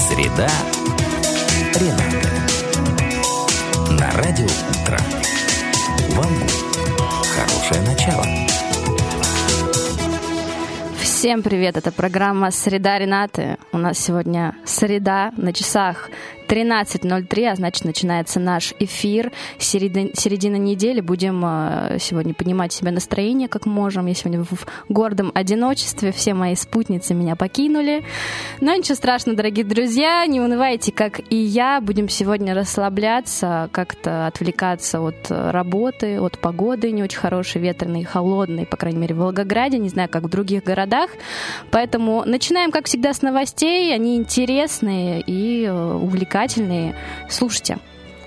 Среда Ренаты. На радио «Утро». Вам хорошее начало. Всем привет, это программа «Среда Ренаты». У нас сегодня среда, на часах 13:03, а значит, начинается наш эфир. Середина недели. Будем сегодня поднимать себе настроение, как можем. Я сегодня в гордом одиночестве. Все мои спутницы меня покинули. Но ничего страшного, дорогие друзья. Не унывайте, как и я. Будем сегодня расслабляться, как-то отвлекаться от работы, от погоды не очень хорошей, ветреной, холодной, по крайней мере, в Волгограде. Не знаю, как в других городах. Поэтому начинаем, как всегда, с новостей. Они интересные и увлекательные. Слушайте.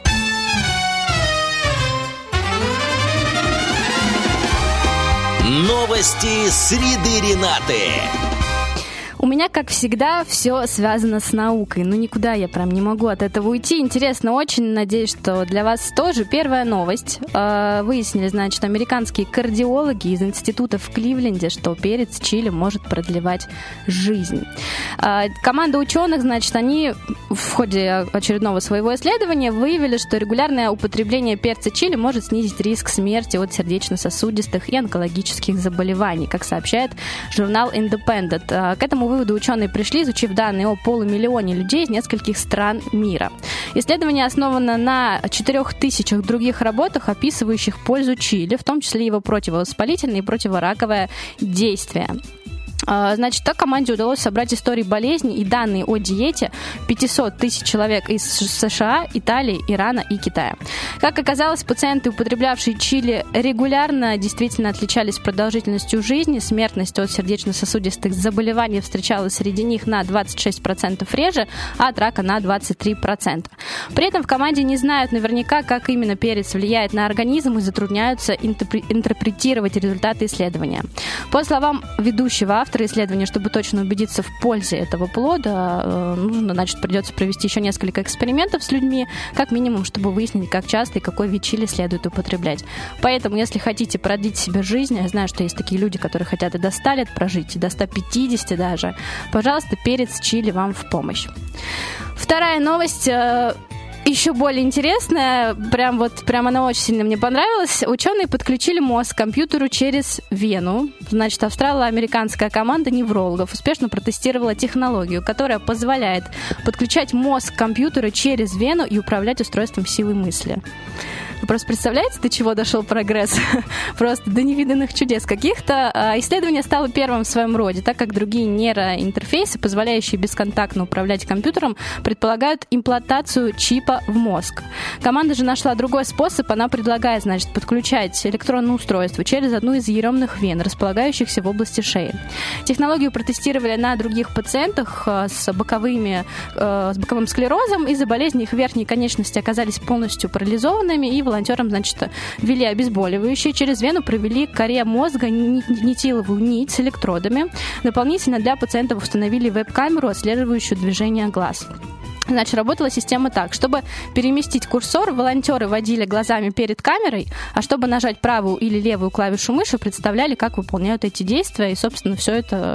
Новости среды Ренаты. У меня, как всегда, все связано с наукой. Ну, никуда я прям не могу от этого уйти. Интересно очень. Надеюсь, что для вас тоже. Первая новость. Выяснили, значит, американские кардиологи из института в Кливленде, что перец чили может продлевать жизнь. Команда ученых, значит, они в ходе очередного своего исследования выявили, что регулярное употребление перца чили может снизить риск смерти от сердечно-сосудистых и онкологических заболеваний, как сообщает журнал Independent. К этому выводу ученые пришли, изучив данные о полумиллионе людей из нескольких стран мира. Исследование основано на 4000 других работах, описывающих пользу чили, в том числе его противовоспалительное и противораковое действие. Значит, так команде удалось собрать истории болезней и данные о диете 500 тысяч человек из США, Италии, Ирана и Китая. Как оказалось, пациенты, употреблявшие чили регулярно, действительно отличались продолжительностью жизни. Смертность от сердечно-сосудистых заболеваний встречалась среди них на 26% реже, а от рака на 23%. При этом в команде не знают наверняка, как именно перец влияет на организм, и затрудняются интерпретировать результаты исследования. По словам ведущего автора исследования, чтобы точно убедиться в пользе этого плода, нужно, значит, придется провести еще несколько экспериментов с людьми, как минимум, чтобы выяснить, как часто и какой вид чили следует употреблять. Поэтому, если хотите продлить себе жизнь, я знаю, что есть такие люди, которые хотят и до 100 лет прожить, и до 150 даже, пожалуйста, перец чили вам в помощь. Вторая новость еще более интересная, прям она очень сильно мне понравилась. Ученые подключили мозг к компьютеру через вену. Значит, австрало-американская команда неврологов успешно протестировала технологию, которая позволяет подключать мозг к компьютеру через вену и управлять устройством силы мысли. Вы просто представляете, до чего дошел прогресс? Просто до невиданных чудес каких-то. Исследование стало первым в своем роде, так как другие нейроинтерфейсы, позволяющие бесконтактно управлять компьютером, предполагают имплантацию чипа в мозг. Команда же нашла другой способ. Она предлагает, значит, подключать электронное устройство через одну из еремных вен, располагающихся в области шеи. Технологию протестировали на других пациентах с боковым склерозом. Из-за болезни их верхние конечности оказались полностью парализованными, и волонтерам, значит, ввели обезболивающие. Через вену провели к коре мозга нитиловую нить с электродами. Дополнительно для пациентов установили веб-камеру, отслеживающую движение глаз. Значит, работала система так. Чтобы переместить курсор, волонтеры водили глазами перед камерой, а чтобы нажать правую или левую клавишу мыши, представляли, как выполняют эти действия, и, собственно, все это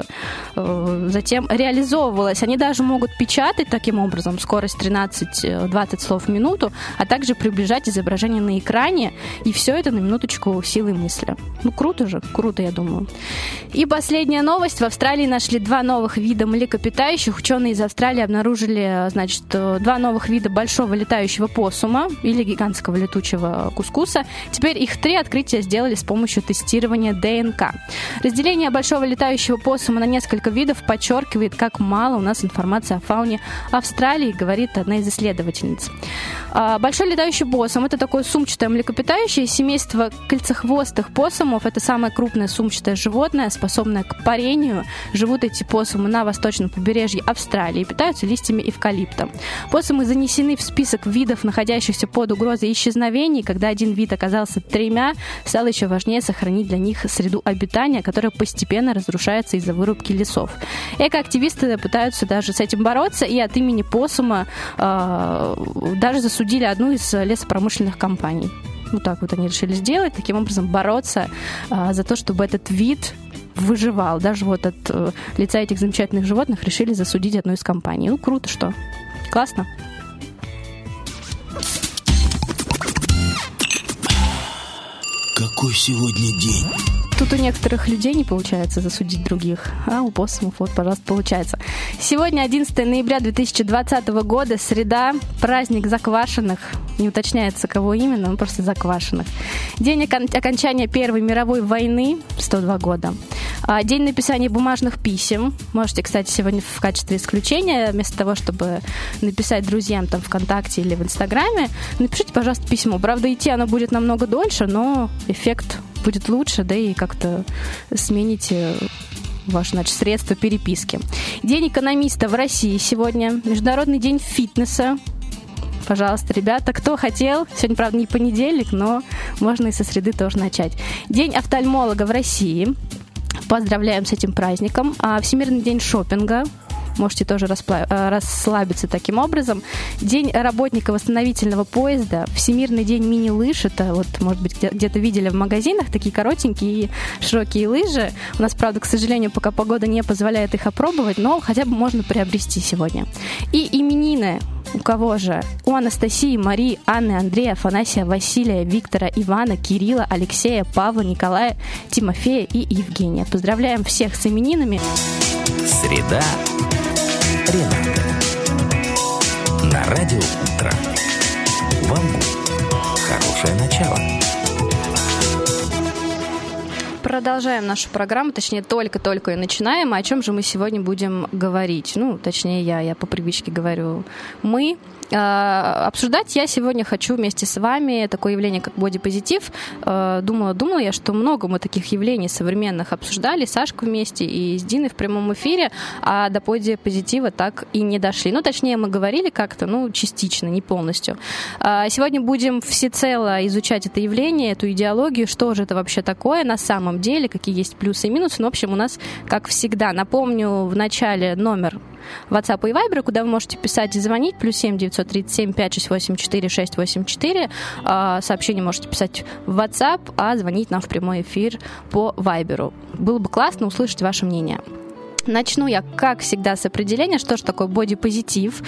затем реализовывалось. Они даже могут печатать таким образом скорость 13-20 слов в минуту, а также приближать изображение на экране, и все это на минуточку силой мысли. Ну, круто же, круто, я думаю. И последняя новость. В Австралии нашли 2 новых вида млекопитающих. Ученые из Австралии обнаружили, значит, 2 новых вида большого летающего поссума или гигантского летучего кускуса. Теперь их 3 открытия сделали с помощью тестирования ДНК. Разделение большого летающего поссума на несколько видов подчеркивает, как мало у нас информации о фауне Австралии, говорит одна из исследовательниц. Большой летающий поссум — это такое сумчатое млекопитающее семейство кольцехвостых поссумов. Это самое крупное сумчатое животное, способное к парению. Живут эти поссумы на восточном побережье Австралии и питаются листьями эвкалипта. Поссумы занесены в список видов, находящихся под угрозой исчезновения. Когда один вид оказался 3, стало еще важнее сохранить для них среду обитания, которая постепенно разрушается из-за вырубки лесов. Экоактивисты пытаются даже с этим бороться, и от имени поссума даже засудили одну из лесопромышленных компаний. Вот так вот они решили сделать, таким образом бороться за то, чтобы этот вид выживал. Даже вот от лица этих замечательных животных решили засудить одну из компаний. Ну, круто, что? Классно. Какой сегодня день? Тут у некоторых людей не получается засудить других, а у поссумов, вот, пожалуйста, получается. Сегодня 11 ноября 2020 года, среда, праздник заквашенных. Не уточняется, кого именно, но просто заквашенных. День окончания Первой мировой войны, 102 года. День написания бумажных писем. Можете, кстати, сегодня в качестве исключения, вместо того, чтобы написать друзьям там ВКонтакте или в Инстаграме, напишите, пожалуйста, письмо. Правда, идти оно будет намного дольше, но эффект будет лучше, да и как-то смените ваше, значит, средство переписки. День экономиста в России сегодня. Международный день фитнеса. Пожалуйста, ребята, кто хотел, сегодня, правда, не понедельник, но можно и со среды тоже начать. День офтальмолога в России. Поздравляем с этим праздником. Всемирный день шопинга. Можете тоже расслабиться таким образом. День работника восстановительного поезда. Всемирный день мини-лыж. Это вот, может быть, где-то видели в магазинах такие коротенькие и широкие лыжи. У нас, правда, к сожалению, пока погода не позволяет их опробовать, но хотя бы можно приобрести сегодня. И именины. У кого же? У Анастасии, Марии, Анны, Андрея, Афанасия, Василия, Виктора, Ивана, Кирилла, Алексея, Павла, Николая, Тимофея и Евгения. Поздравляем всех с именинами. Среда Рената. На радио «Утро». Вам хорошее начало. Продолжаем нашу программу, точнее, только-только ее начинаем. О чем же мы сегодня будем говорить? Ну, точнее, я по привычке говорю «мы». Обсуждать я сегодня хочу вместе с вами такое явление, как бодипозитив. Думала я, что много мы таких явлений современных обсуждали, Сашку вместе и с Диной в прямом эфире, а до бодипозитива так и не дошли. Ну, точнее, мы говорили как-то, частично, не полностью. Сегодня будем всецело изучать это явление, эту идеологию, что же это вообще такое на самом деле, какие есть плюсы и минусы. Ну, в общем, у нас, как всегда, напомню, в начале номер WhatsApp и Viber, куда вы можете писать и звонить, +7 937 568 4684. Сообщение можете писать в WhatsApp, а звонить нам в прямой эфир по Viber. Было бы классно услышать ваше мнение. Начну я, как всегда, с определения, что же такое бодипозитив.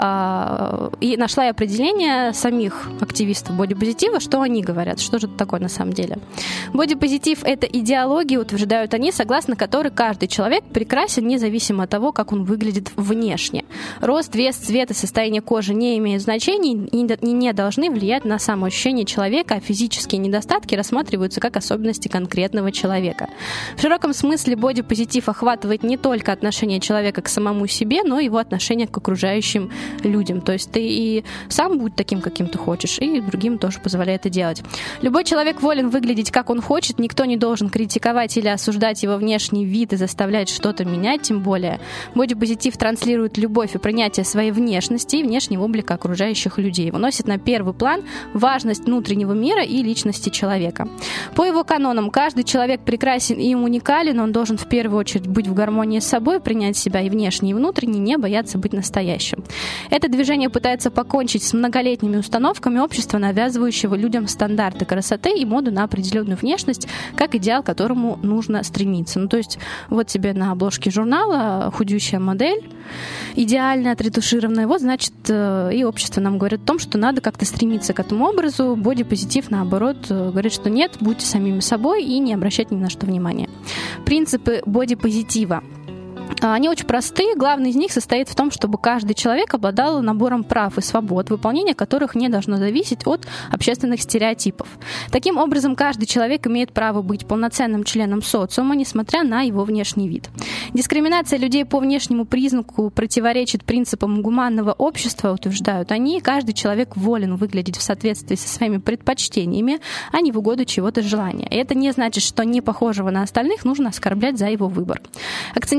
И нашла я определение самих активистов бодипозитива, что они говорят, что же это такое на самом деле. Бодипозитив – это идеология, утверждают они, согласно которой каждый человек прекрасен, независимо от того, как он выглядит внешне. Рост, вес, цвет и состояние кожи не имеют значения и не должны влиять на самоощущение человека, а физические недостатки рассматриваются как особенности конкретного человека. В широком смысле бодипозитив охватывает не только отношение человека к самому себе, но и его отношение к окружающим людям. То есть ты и сам будь таким, каким ты хочешь, и другим тоже позволяет это делать. Любой человек волен выглядеть, как он хочет, никто не должен критиковать или осуждать его внешний вид и заставлять что-то менять, тем более. Бодипозитив транслирует любовь и принятие своей внешности и внешнего облика окружающих людей. Выносит на первый план важность внутреннего мира и личности человека. По его канонам, каждый человек прекрасен и уникален, он должен в первую очередь быть в гармонии с собой, принять себя и внешне, и внутренне, не бояться быть настоящим. Это движение пытается покончить с многолетними установками общества, навязывающего людям стандарты красоты и моду на определенную внешность, как идеал, к которому нужно стремиться. То есть вот тебе на обложке журнала худющая модель, идеальная, отретушированная, вот, значит, и общество нам говорит о том, что надо как-то стремиться к этому образу. Бодипозитив, наоборот, говорит, что нет, будьте самими собой и не обращайте ни на что внимания. Принципы бодипозитива. Они очень простые. Главный из них состоит в том, чтобы каждый человек обладал набором прав и свобод, выполнение которых не должно зависеть от общественных стереотипов. Таким образом, каждый человек имеет право быть полноценным членом социума, несмотря на его внешний вид. Дискриминация людей по внешнему признаку противоречит принципам гуманного общества, утверждают они. Каждый человек волен выглядеть в соответствии со своими предпочтениями, а не в угоду чего-то желания. И это не значит, что не похожего на остальных нужно оскорблять за его выбор. Акцентирование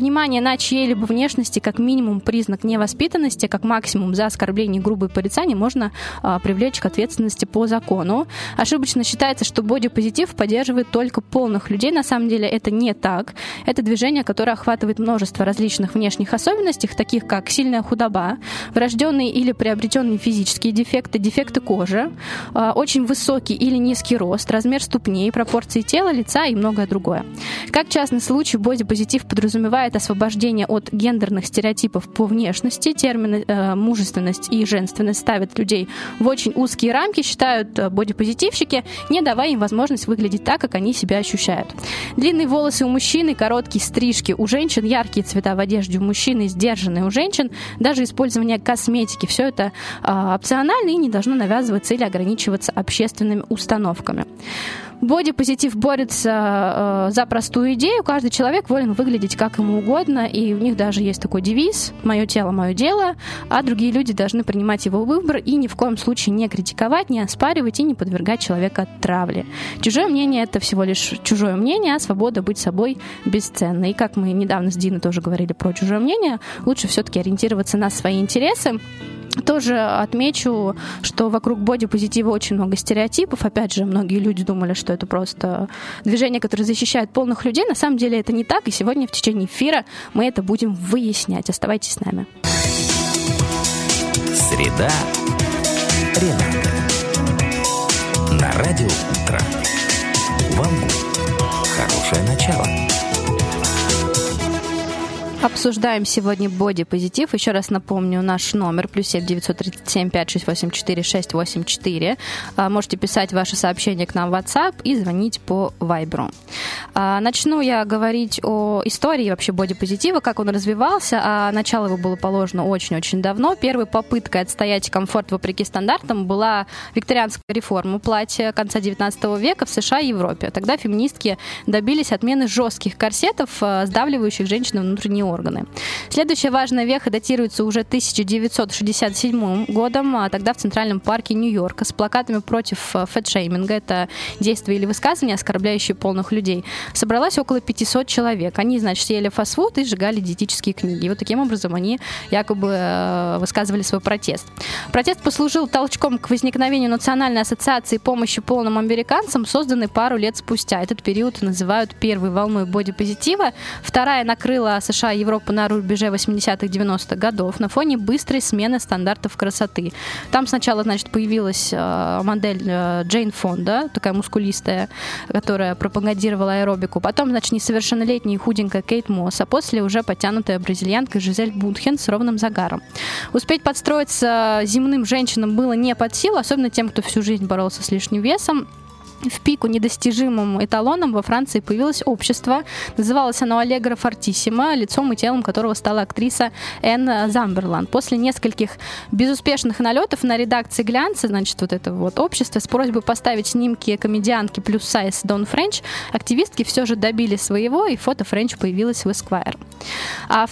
Внимание на чьей-либо внешности как минимум признак невоспитанности, как максимум за оскорбление и грубые порицания можно привлечь к ответственности по закону. Ошибочно считается, что бодипозитив поддерживает только полных людей. На самом деле это не так. Это движение, которое охватывает множество различных внешних особенностей, таких как сильная худоба, врожденные или приобретенные физические дефекты, дефекты кожи, очень высокий или низкий рост, размер ступней, пропорции тела, лица и многое другое. Как частный случай, бодипозитив подразумевает освобождение от гендерных стереотипов по внешности. Термины мужественность и женственность ставят людей в очень узкие рамки, считают бодипозитивщики, не давая им возможность выглядеть так, как они себя ощущают. Длинные волосы у мужчины, короткие стрижки у женщин, яркие цвета в одежде у мужчины, сдержанные у женщин, даже использование косметики. Все это опционально и не должно навязываться или ограничиваться общественными установками. Бодипозитив борется за простую идею. Каждый человек волен выглядеть как ему угодно, и у них даже есть такой девиз «Мое тело, мое дело», а другие люди должны принимать его выбор и ни в коем случае не критиковать, не оспаривать и не подвергать человека травле. Чужое мнение — это всего лишь чужое мнение, а свобода быть собой бесценна. И как мы недавно с Диной тоже говорили про чужое мнение, лучше все-таки ориентироваться на свои интересы. Тоже отмечу, что вокруг бодипозитива очень много стереотипов. Опять же, многие люди думали, что это просто движение, которое защищает полных людей. На самом деле это не так, и сегодня в течение эфира мы это будем выяснять. Оставайтесь с нами. Среда Рената. На радио «Утро». Вам хорошее начало. Обсуждаем сегодня бодипозитив. Еще раз напомню, наш номер +7 937 5684 684. Можете писать ваши сообщения к нам в WhatsApp и звонить по Viber. Начну я говорить о истории вообще бодипозитива, как он развивался. Начало его было положено очень-очень давно. Первой попыткой отстоять комфорт вопреки стандартам была викторианская реформа платья конца 19 века в США и Европе. Тогда феминистки добились отмены жестких корсетов, сдавливающих женщин внутренние органы. Следующая важная веха датируется уже 1967 годом, тогда в Центральном парке Нью-Йорка с плакатами против фэтшейминга, это действия или высказывания, оскорбляющие полных людей. Собралось около 500 человек. Они, значит, ели фастфуд и сжигали диетические книги. И вот таким образом они якобы высказывали свой протест. Протест послужил толчком к возникновению Национальной ассоциации помощи полным американцам, созданной пару лет спустя. Этот период называют первой волной бодипозитива. Вторая накрыла США и Европу на рубеже 80-х, 90-х годов на фоне быстрой смены стандартов красоты. Там сначала, значит, появилась модель Джейн Фонда, такая мускулистая, которая пропагандировала аэробику. Потом, значит, несовершеннолетняя и худенькая Кейт Мосс, а после уже подтянутая бразильянка Жизель Бунхен с ровным загаром. Успеть подстроиться земным женщинам было не под силу, особенно тем, кто всю жизнь боролся с лишним весом. В пику недостижимым эталоном во Франции появилось общество. Называлось оно «Аллегро Фортиссимо», лицом и телом которого стала актриса Энн Замберланд. После нескольких безуспешных налетов на редакции глянца, значит, вот это вот общество, с просьбой поставить снимки комедианки плюс сайз Дон Френч, активистки все же добили своего, и фото Френч появилось в Esquire. А в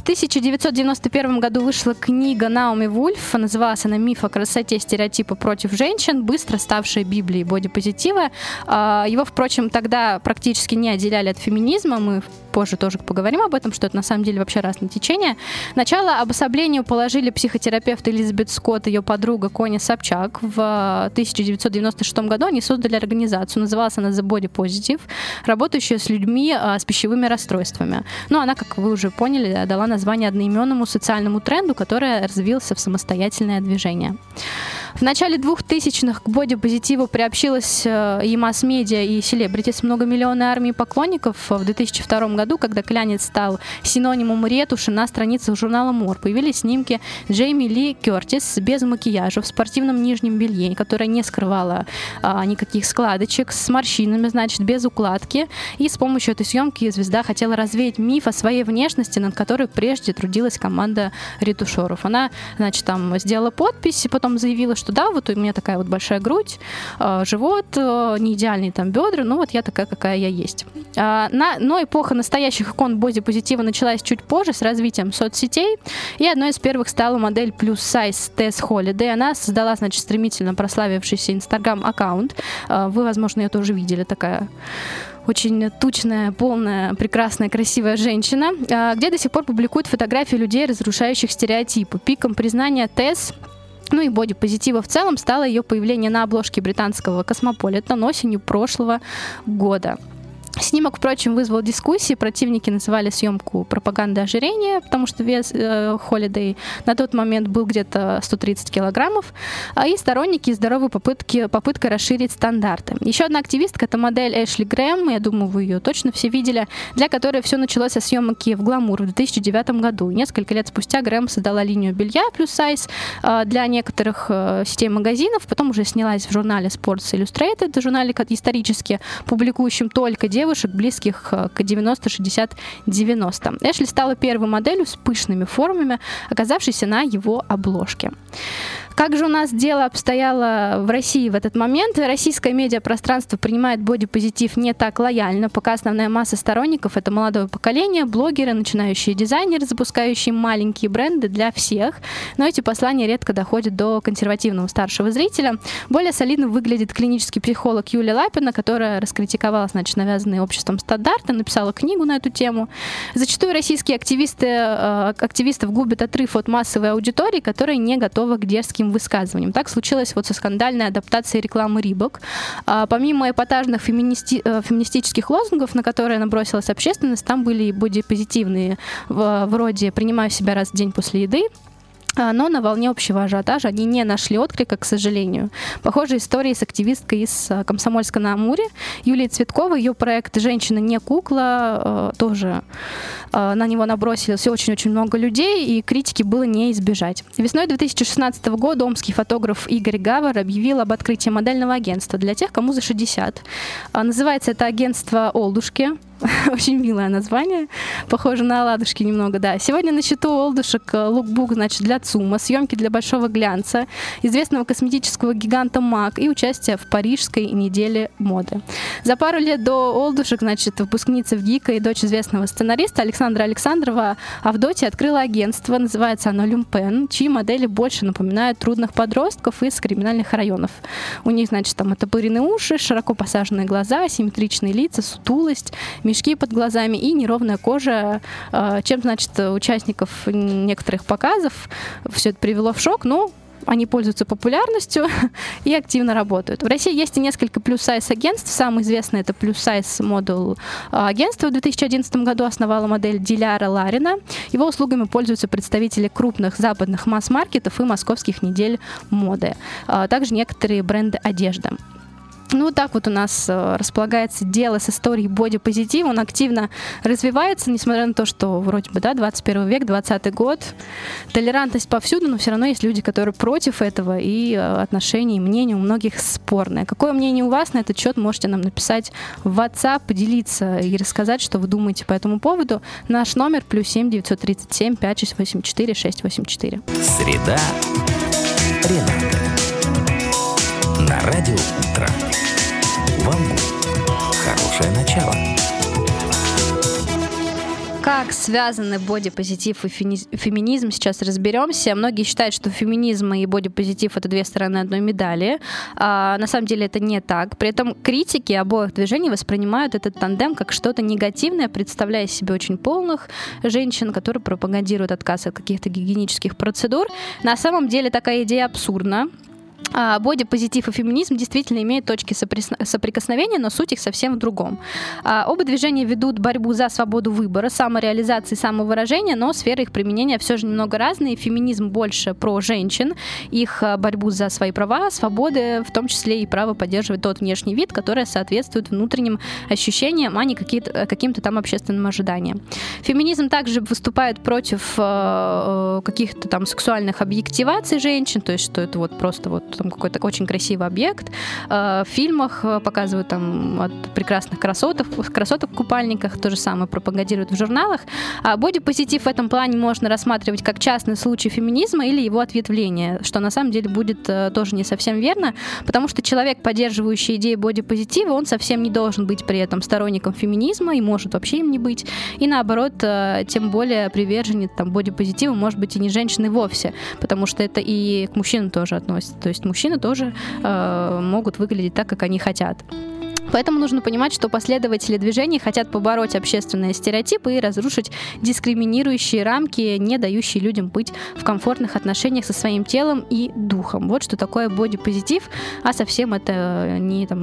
1991 году вышла книга Наоми Вульф, называлась она «Миф о красоте, стереотипы против женщин», быстро ставшая библией бодипозитива. Его, впрочем, тогда практически не отделяли от феминизма. Мы позже тоже поговорим об этом, что это на самом деле вообще разные течения. Начало обособлению положили психотерапевт Элизабет Скотт и ее подруга Кони Собчак. В 1996 году они создали организацию. Называлась она The Body Positive, работающая с людьми с пищевыми расстройствами. Но она, как вы уже поняли, дала название одноименному социальному тренду, который развился в самостоятельное движение. В начале 2000-х к бодипозитиву приобщилась и масс-медиа, и селебритис, многомиллионной армии поклонников. В 2002 году, когда клянец стал синонимом ретуши, на страницах журнала More появились снимки Джейми Ли Кертис без макияжа, в спортивном нижнем белье, которое не скрывало никаких складочек, с морщинами, значит, без укладки. И с помощью этой съемки звезда хотела развеять миф о своей внешности, над которой прежде трудилась команда ретушеров. Она, значит, там сделала подпись, и потом заявила, что да, вот у меня такая вот большая грудь, живот, не идеальные там бедра, ну вот я такая, какая я есть. Но эпоха настоящих икон бодипозитива началась чуть позже, с развитием соцсетей, и одной из первых стала модель плюс сайз Тесс Холлидей. Она создала, значит, стремительно прославившийся Instagram-аккаунт. Вы, возможно, ее тоже видели, такая очень тучная, полная, прекрасная, красивая женщина, где до сих пор публикуют фотографии людей, разрушающих стереотипы. Пиком признания Тесс, ну и бодипозитива в целом, стало ее появление на обложке британского «Космополитен» осенью прошлого года. Снимок, впрочем, вызвал дискуссии. Противники называли съемку пропагандой ожирения, потому что вес Холидей на тот момент был где-то 130 килограммов, и сторонники здоровой попыткой расширить стандарты. Еще одна активистка — это модель Эшли Грэм, я думаю, вы ее точно все видели, для которой все началось со съемки в «Гламур» в 2009 году. Несколько лет спустя Грэм создала линию белья плюс сайз для некоторых сетей магазинов, потом уже снялась в журнале Sports Illustrated, журнале исторически публикующем только девушек, близких к 90-60-90. Эшли стала первой моделью с пышными формами, оказавшейся на его обложке. Как же у нас дело обстояло в России в этот момент? Российское медиапространство принимает бодипозитив не так лояльно, пока основная масса сторонников — это молодое поколение, блогеры, начинающие дизайнеры, запускающие маленькие бренды для всех. Но эти послания редко доходят до консервативного старшего зрителя. Более солидно выглядит клинический психолог Юлия Лапина, которая раскритиковала, значит, навязанные обществом стандарты, написала книгу на эту тему. Зачастую российские активистов губят отрыв от массовой аудитории, которая не готова к дерзким высказываниям. Так случилось вот со скандальной адаптацией рекламы Reebok. Помимо эпатажных феминистических лозунгов, на которые набросилась общественность, там были и бодипозитивные, вроде «принимаю себя раз в день после еды», но на волне общего ажиотажа они не нашли отклика, к сожалению. Похожая история с активисткой из Комсомольска-на-Амуре Юлией Цветковой. Ее проект «Женщина не кукла» тоже на него набросилось очень-очень много людей, и критики было не избежать. Весной 2016 года омский фотограф Игорь Гавар объявил об открытии модельного агентства для тех, кому за 60. Называется это агентство «Олдушки». Очень милое название, похоже на оладушки немного, да. Сегодня на счету олдушек лукбук, значит, для ЦУМа, съемки для большого глянца, известного косметического гиганта МАК и участие в Парижской неделе моды. За пару лет до олдушек, значит, выпускница ВГИКа и дочь известного сценариста Александра Александрова Авдотья открыла агентство, называется оно «Люмпен», чьи модели больше напоминают трудных подростков из криминальных районов. У них, значит, там оттопыренные уши, широко посаженные глаза, асимметричные лица, сутулость, мешки под глазами и неровная кожа, чем, значит, участников некоторых показов все это привело в шок, но они пользуются популярностью и активно работают. В России есть и несколько плюс-сайз агентств. Самое известное — это плюс-сайз модул агентство. В 2011 году основала модель Диляра Ларина. Его услугами пользуются представители крупных западных масс-маркетов и московских недель моды. Также некоторые бренды одежды. Ну, вот так вот у нас располагается дело с историей бодипозитива. Он активно развивается, несмотря на то, что вроде бы, да, 21 век, 20 год. Толерантность повсюду, но все равно есть люди, которые против этого, и отношения и мнения у многих спорные. Какое мнение у вас на этот счет, можете нам написать в WhatsApp, поделиться и рассказать, что вы думаете по этому поводу. Наш номер +7 937 5684 684. Среда Рената. На радио «Утро». Вам хорошее начало. Как связаны бодипозитив и феминизм, сейчас разберемся. Многие считают, что феминизм и бодипозитив — это две стороны одной медали. На самом деле это не так. При этом критики обоих движений воспринимают этот тандем как что-то негативное, представляя себе очень полных женщин, которые пропагандируют отказ от каких-то гигиенических процедур. На самом деле такая идея абсурдна. Бодипозитив и феминизм действительно имеют точки соприкосновения, но суть их совсем в другом. Оба движения ведут борьбу за свободу выбора, самореализации, самовыражения, но сферы их применения все же немного разные. Феминизм больше про женщин, их борьбу за свои права, свободы, в том числе и право поддерживать тот внешний вид, который соответствует внутренним ощущениям, а не каким-то там общественным ожиданиям. Феминизм также выступает против каких-то там сексуальных объективаций женщин, то есть что это вот просто вот там какой-то очень красивый объект. В фильмах показывают там от прекрасных красоток в купальниках, то же самое пропагандируют в журналах. А бодипозитив в этом плане можно рассматривать как частный случай феминизма или его ответвление, что на самом деле будет тоже не совсем верно, потому что человек, поддерживающий идею бодипозитива, он совсем не должен быть при этом сторонником феминизма и может вообще им не быть. И наоборот, тем более приверженец там бодипозитива может быть и не женщины вовсе, потому что это и к мужчинам тоже относится. То есть мужчины тоже могут выглядеть так, как они хотят. Поэтому нужно понимать, что последователи движений хотят побороть общественные стереотипы и разрушить дискриминирующие рамки, не дающие людям быть в комфортных отношениях со своим телом и духом. Вот что такое бодипозитив, а совсем это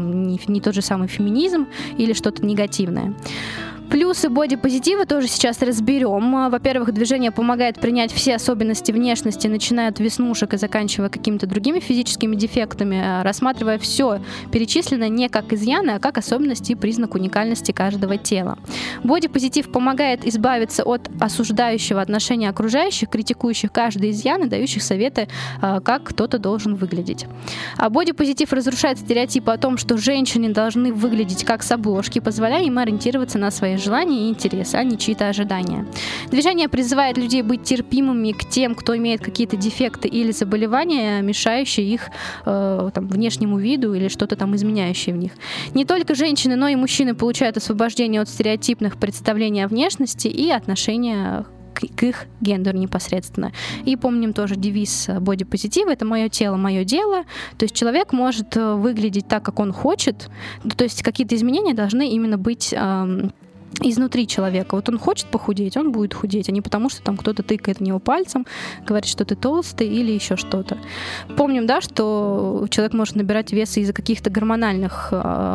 не тот же самый феминизм или что-то негативное. Плюсы бодипозитива тоже сейчас разберем. Во-первых, движение помогает принять все особенности внешности, начиная от веснушек и заканчивая какими-то другими физическими дефектами, рассматривая все перечисленное не как изъяны, а как особенности и признак уникальности каждого тела. Бодипозитив помогает избавиться от осуждающего отношения окружающих, критикующих каждый изъян и дающих советы, как кто-то должен выглядеть. А бодипозитив разрушает стереотипы о том, что женщины должны выглядеть как с обложки, позволяя им ориентироваться на свои желания и интересы, а не чьи-то ожидания. Движение призывает людей быть терпимыми к тем, кто имеет какие-то дефекты или заболевания, мешающие их внешнему виду или что-то там изменяющее в них. Не только женщины, но и мужчины получают освобождение от стереотипных представлений о внешности и отношения к их гендеру непосредственно. И помним тоже девиз бодипозитива: это мое тело, мое дело. То есть человек может выглядеть так, как он хочет. То есть какие-то изменения должны именно быть изнутри человека. Вот он хочет похудеть, он будет худеть, а не потому, что там кто-то тыкает в него пальцем, говорит, что ты толстый или еще что-то. Помним, да, что человек может набирать вес из-за каких-то гормональных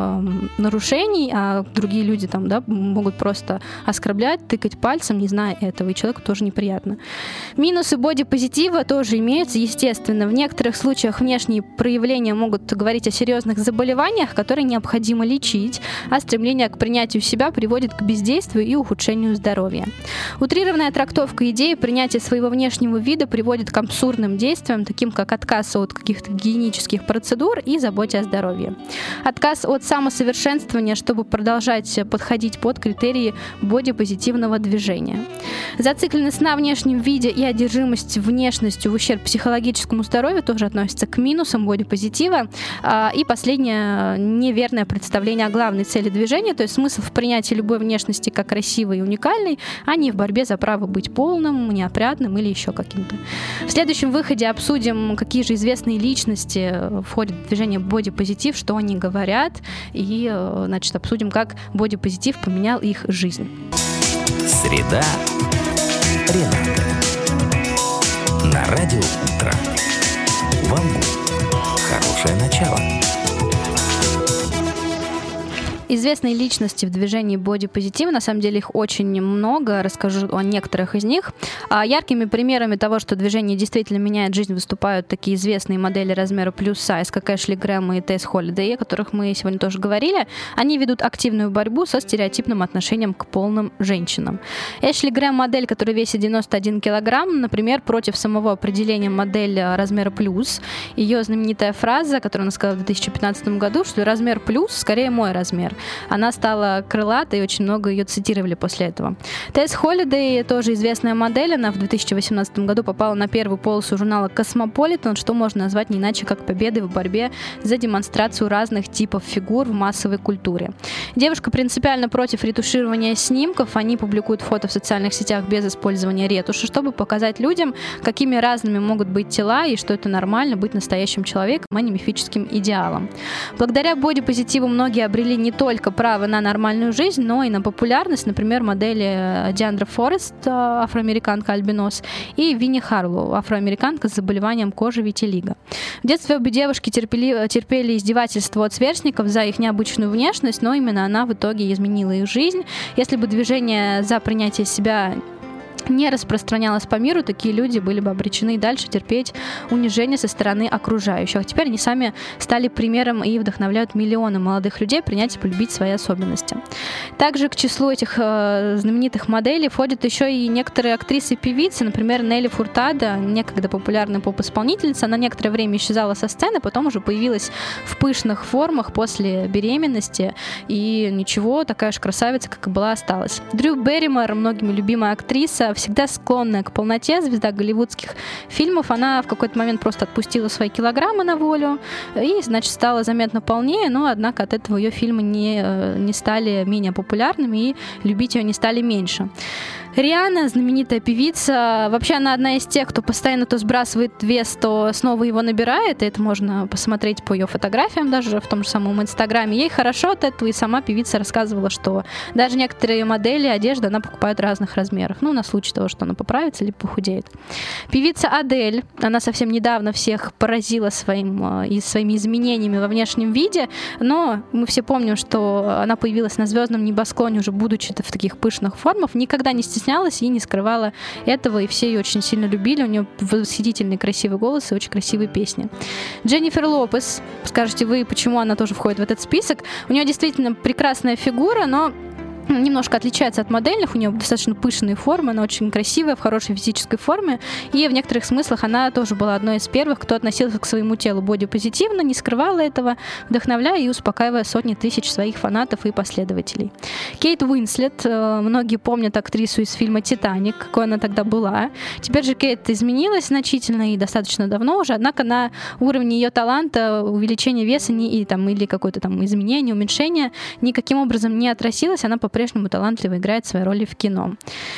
нарушений, а другие люди там, да, могут просто оскорблять, тыкать пальцем, не зная этого, и человеку тоже неприятно. Минусы бодипозитива тоже имеются, естественно. В некоторых случаях внешние проявления могут говорить о серьезных заболеваниях, которые необходимо лечить, а стремление к принятию себя приводит к бездействию и ухудшению здоровья. Утрированная трактовка идеи принятия своего внешнего вида приводит к абсурдным действиям, таким как отказ от каких-то гигиенических процедур и заботе о здоровье. Отказ от самосовершенствования, чтобы продолжать подходить под критерии бодипозитивного движения. Зацикленность на внешнем виде и одержимость внешностью в ущерб психологическому здоровью тоже относятся к минусам бодипозитива. И последнее — неверное представление о главной цели движения, то есть смысл в принятии любой внешности как красивой и уникальной, а не в борьбе за право быть полным, неопрятным или еще каким-то. В следующем выходе обсудим, какие же известные личности входят в движение бодипозитив, что они говорят, и, обсудим, как бодипозитив поменял их жизнь. Среда Рената. На радио «Утро». Вам хорошее начало. Известные личности в движении бодипозитива, на самом деле их очень много, расскажу о некоторых из них. Яркими примерами того, что движение действительно меняет жизнь, выступают такие известные модели размера плюс сайз, как Эшли Грэм и Тесс Холлидей, о которых мы сегодня тоже говорили. Они ведут активную борьбу со стереотипным отношением к полным женщинам. Эшли Грэм — модель, которая весит 91 килограмм, например, против самого определения модель размера плюс. Ее знаменитая фраза, которую она сказала в 2015 году, что размер плюс скорее мой размер. Она стала крылатой, и очень много ее цитировали после этого. Тесс Холлидей тоже известная модель. Она в 2018 году попала на первую полосу журнала Cosmopolitan, что можно назвать не иначе, как победой в борьбе за демонстрацию разных типов фигур в массовой культуре. Девушка принципиально против ретуширования снимков. Они публикуют фото в социальных сетях без использования ретуши, чтобы показать людям, какими разными могут быть тела и что это нормально быть настоящим человеком, а не мифическим идеалом. Благодаря бодипозитиву многие обрели не только право на нормальную жизнь, но и на популярность. Например, модели Диандра Форест, афроамериканка-альбинос, и Винни Харлоу, афроамериканка с заболеванием кожи витилиго. В детстве обе девушки терпели издевательства от сверстников за их необычную внешность, но именно она в итоге изменила их жизнь. Если бы движение за принятие себя не распространялось по миру, такие люди были бы обречены и дальше терпеть унижение со стороны окружающих. А теперь они сами стали примером и вдохновляют миллионы молодых людей принять и полюбить свои особенности. Также к числу этих знаменитых моделей входят еще и некоторые актрисы и певицы, например, Нелли Фуртадо, некогда популярная поп-исполнительница. Она некоторое время исчезала со сцены, потом уже появилась в пышных формах после беременности, и ничего, такая же красавица, как и была, осталась. Дрю Берримор, многими любимая актриса, всегда склонная к полноте, звезда голливудских фильмов. Она в какой-то момент просто отпустила свои килограммы на волю и, значит, стала заметно полнее, но, однако, от этого ее фильмы не стали менее популярными и любить ее не стали меньше. Риhanna, знаменитая певица, вообще она одна из тех, кто постоянно то сбрасывает вес, то снова его набирает, и это можно посмотреть по ее фотографиям даже в том же самом Инстаграме. Ей хорошо от этого, и сама певица рассказывала, что даже некоторые модели одежды она покупает в разных размерах, на случай того, что она поправится или похудеет. Певица Адель, она совсем недавно всех поразила своими изменениями во внешнем виде, но мы все помним, что она появилась на звездном небосклоне уже будучи в таких пышных формах, никогда не стеснялась и не скрывала этого, и все ее очень сильно любили. У нее восхитительный красивый голос и очень красивые песни. Дженнифер Лопес, скажете вы, почему она тоже входит в этот список? У нее действительно прекрасная фигура, но немножко отличается от модельных, у нее достаточно пышные формы, она очень красивая, в хорошей физической форме, и в некоторых смыслах она тоже была одной из первых, кто относился к своему телу бодипозитивно, не скрывала этого, вдохновляя и успокаивая сотни тысяч своих фанатов и последователей. Кейт Уинслет, многие помнят актрису из фильма «Титаник», какой она тогда была. Теперь же Кейт изменилась значительно и достаточно давно уже, однако на уровне ее таланта увеличение веса или какое-то изменение, уменьшение никаким образом не отразилось, она по-прежнему талантливо играет свои роли в кино.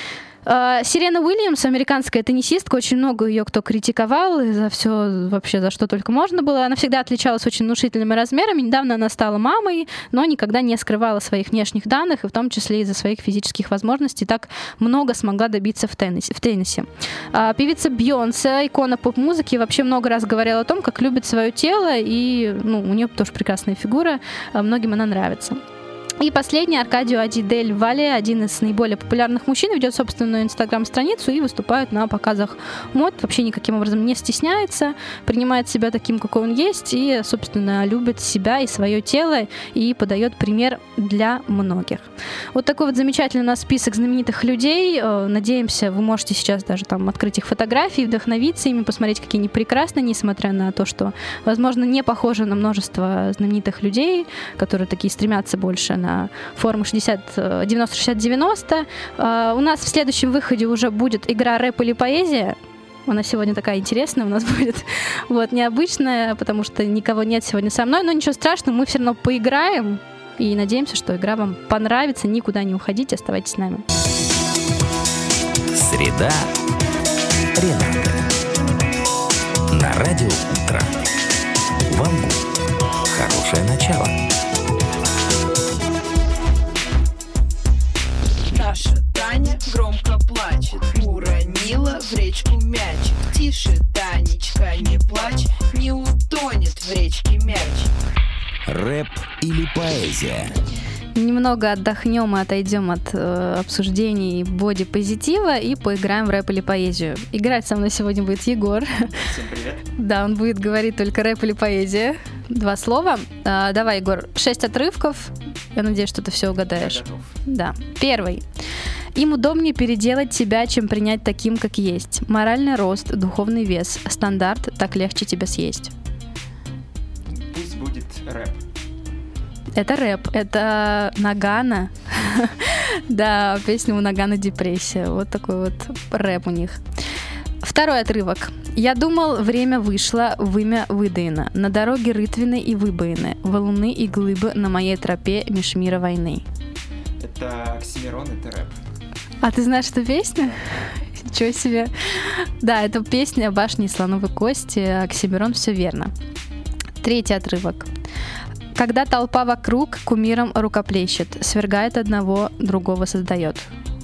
Серена Уильямс, американская теннисистка, очень много ее кто критиковал за все, вообще за что только можно было. Она всегда отличалась очень внушительными размерами. Недавно она стала мамой, но никогда не скрывала своих внешних данных, и в том числе из-за своих физических возможностей так много смогла добиться в теннисе. Певица Бейонсе, икона поп-музыки, вообще много раз говорила о том, как любит свое тело, и у нее тоже прекрасная фигура, многим она нравится. И последний, Аркадио Ади-дель Вале, один из наиболее популярных мужчин, ведет собственную инстаграм-страницу и выступает на показах мод, вообще никаким образом не стесняется, принимает себя таким, какой он есть, и, собственно, любит себя и свое тело, и подает пример для многих. Вот такой вот замечательный у нас список знаменитых людей. Надеемся, вы можете сейчас даже открыть их фотографии, вдохновиться ими, посмотреть, какие они прекрасные, несмотря на то, что, возможно, не похожи на множество знаменитых людей, которые такие стремятся больше на форму 90-60-90. У нас в следующем выходе уже будет игра «Рэп или поэзия». Она сегодня такая интересная у нас будет. Необычная, потому что никого нет сегодня со мной. Но ничего страшного, мы все равно поиграем. И надеемся, что игра вам понравится. Никуда не уходите, оставайтесь с нами. Среда Рената. На радио «Утро». Вам хорошее начало. Наша Таня громко плачет, уронила в речку мячик. Тише, Танечка, не плачь, не утонет в речке мяч. Рэп или поэзия? Немного отдохнем и отойдем от обсуждений бодипозитива и поиграем в рэп или поэзию. Играть со мной сегодня будет Егор. Всем привет. Да, он будет говорить только рэп или поэзия. 2 слова. Давай, Егор, 6 отрывков. Я надеюсь, что ты все угадаешь. Я готов. Да. Первый. Им удобнее переделать тебя, чем принять таким, как есть. Моральный рост, духовный вес, стандарт, так легче тебя съесть. Пусть будет рэп. Это рэп, это Нагано. Да, песня у Нагано «Депрессия». Вот такой вот рэп у них. Второй отрывок. Я думал, время вышло, вымя выдаено. На дороге рытвины и выбоины, валуны и глыбы на моей тропе меж мира войны. Это Оксимирон, это рэп. А ты знаешь эту песню? Ничего себе. Да, это песня «Башни и слоновой кости», Оксимирон, все верно. Третий отрывок. Когда толпа вокруг кумиром рукоплещет, свергает одного, другого создает.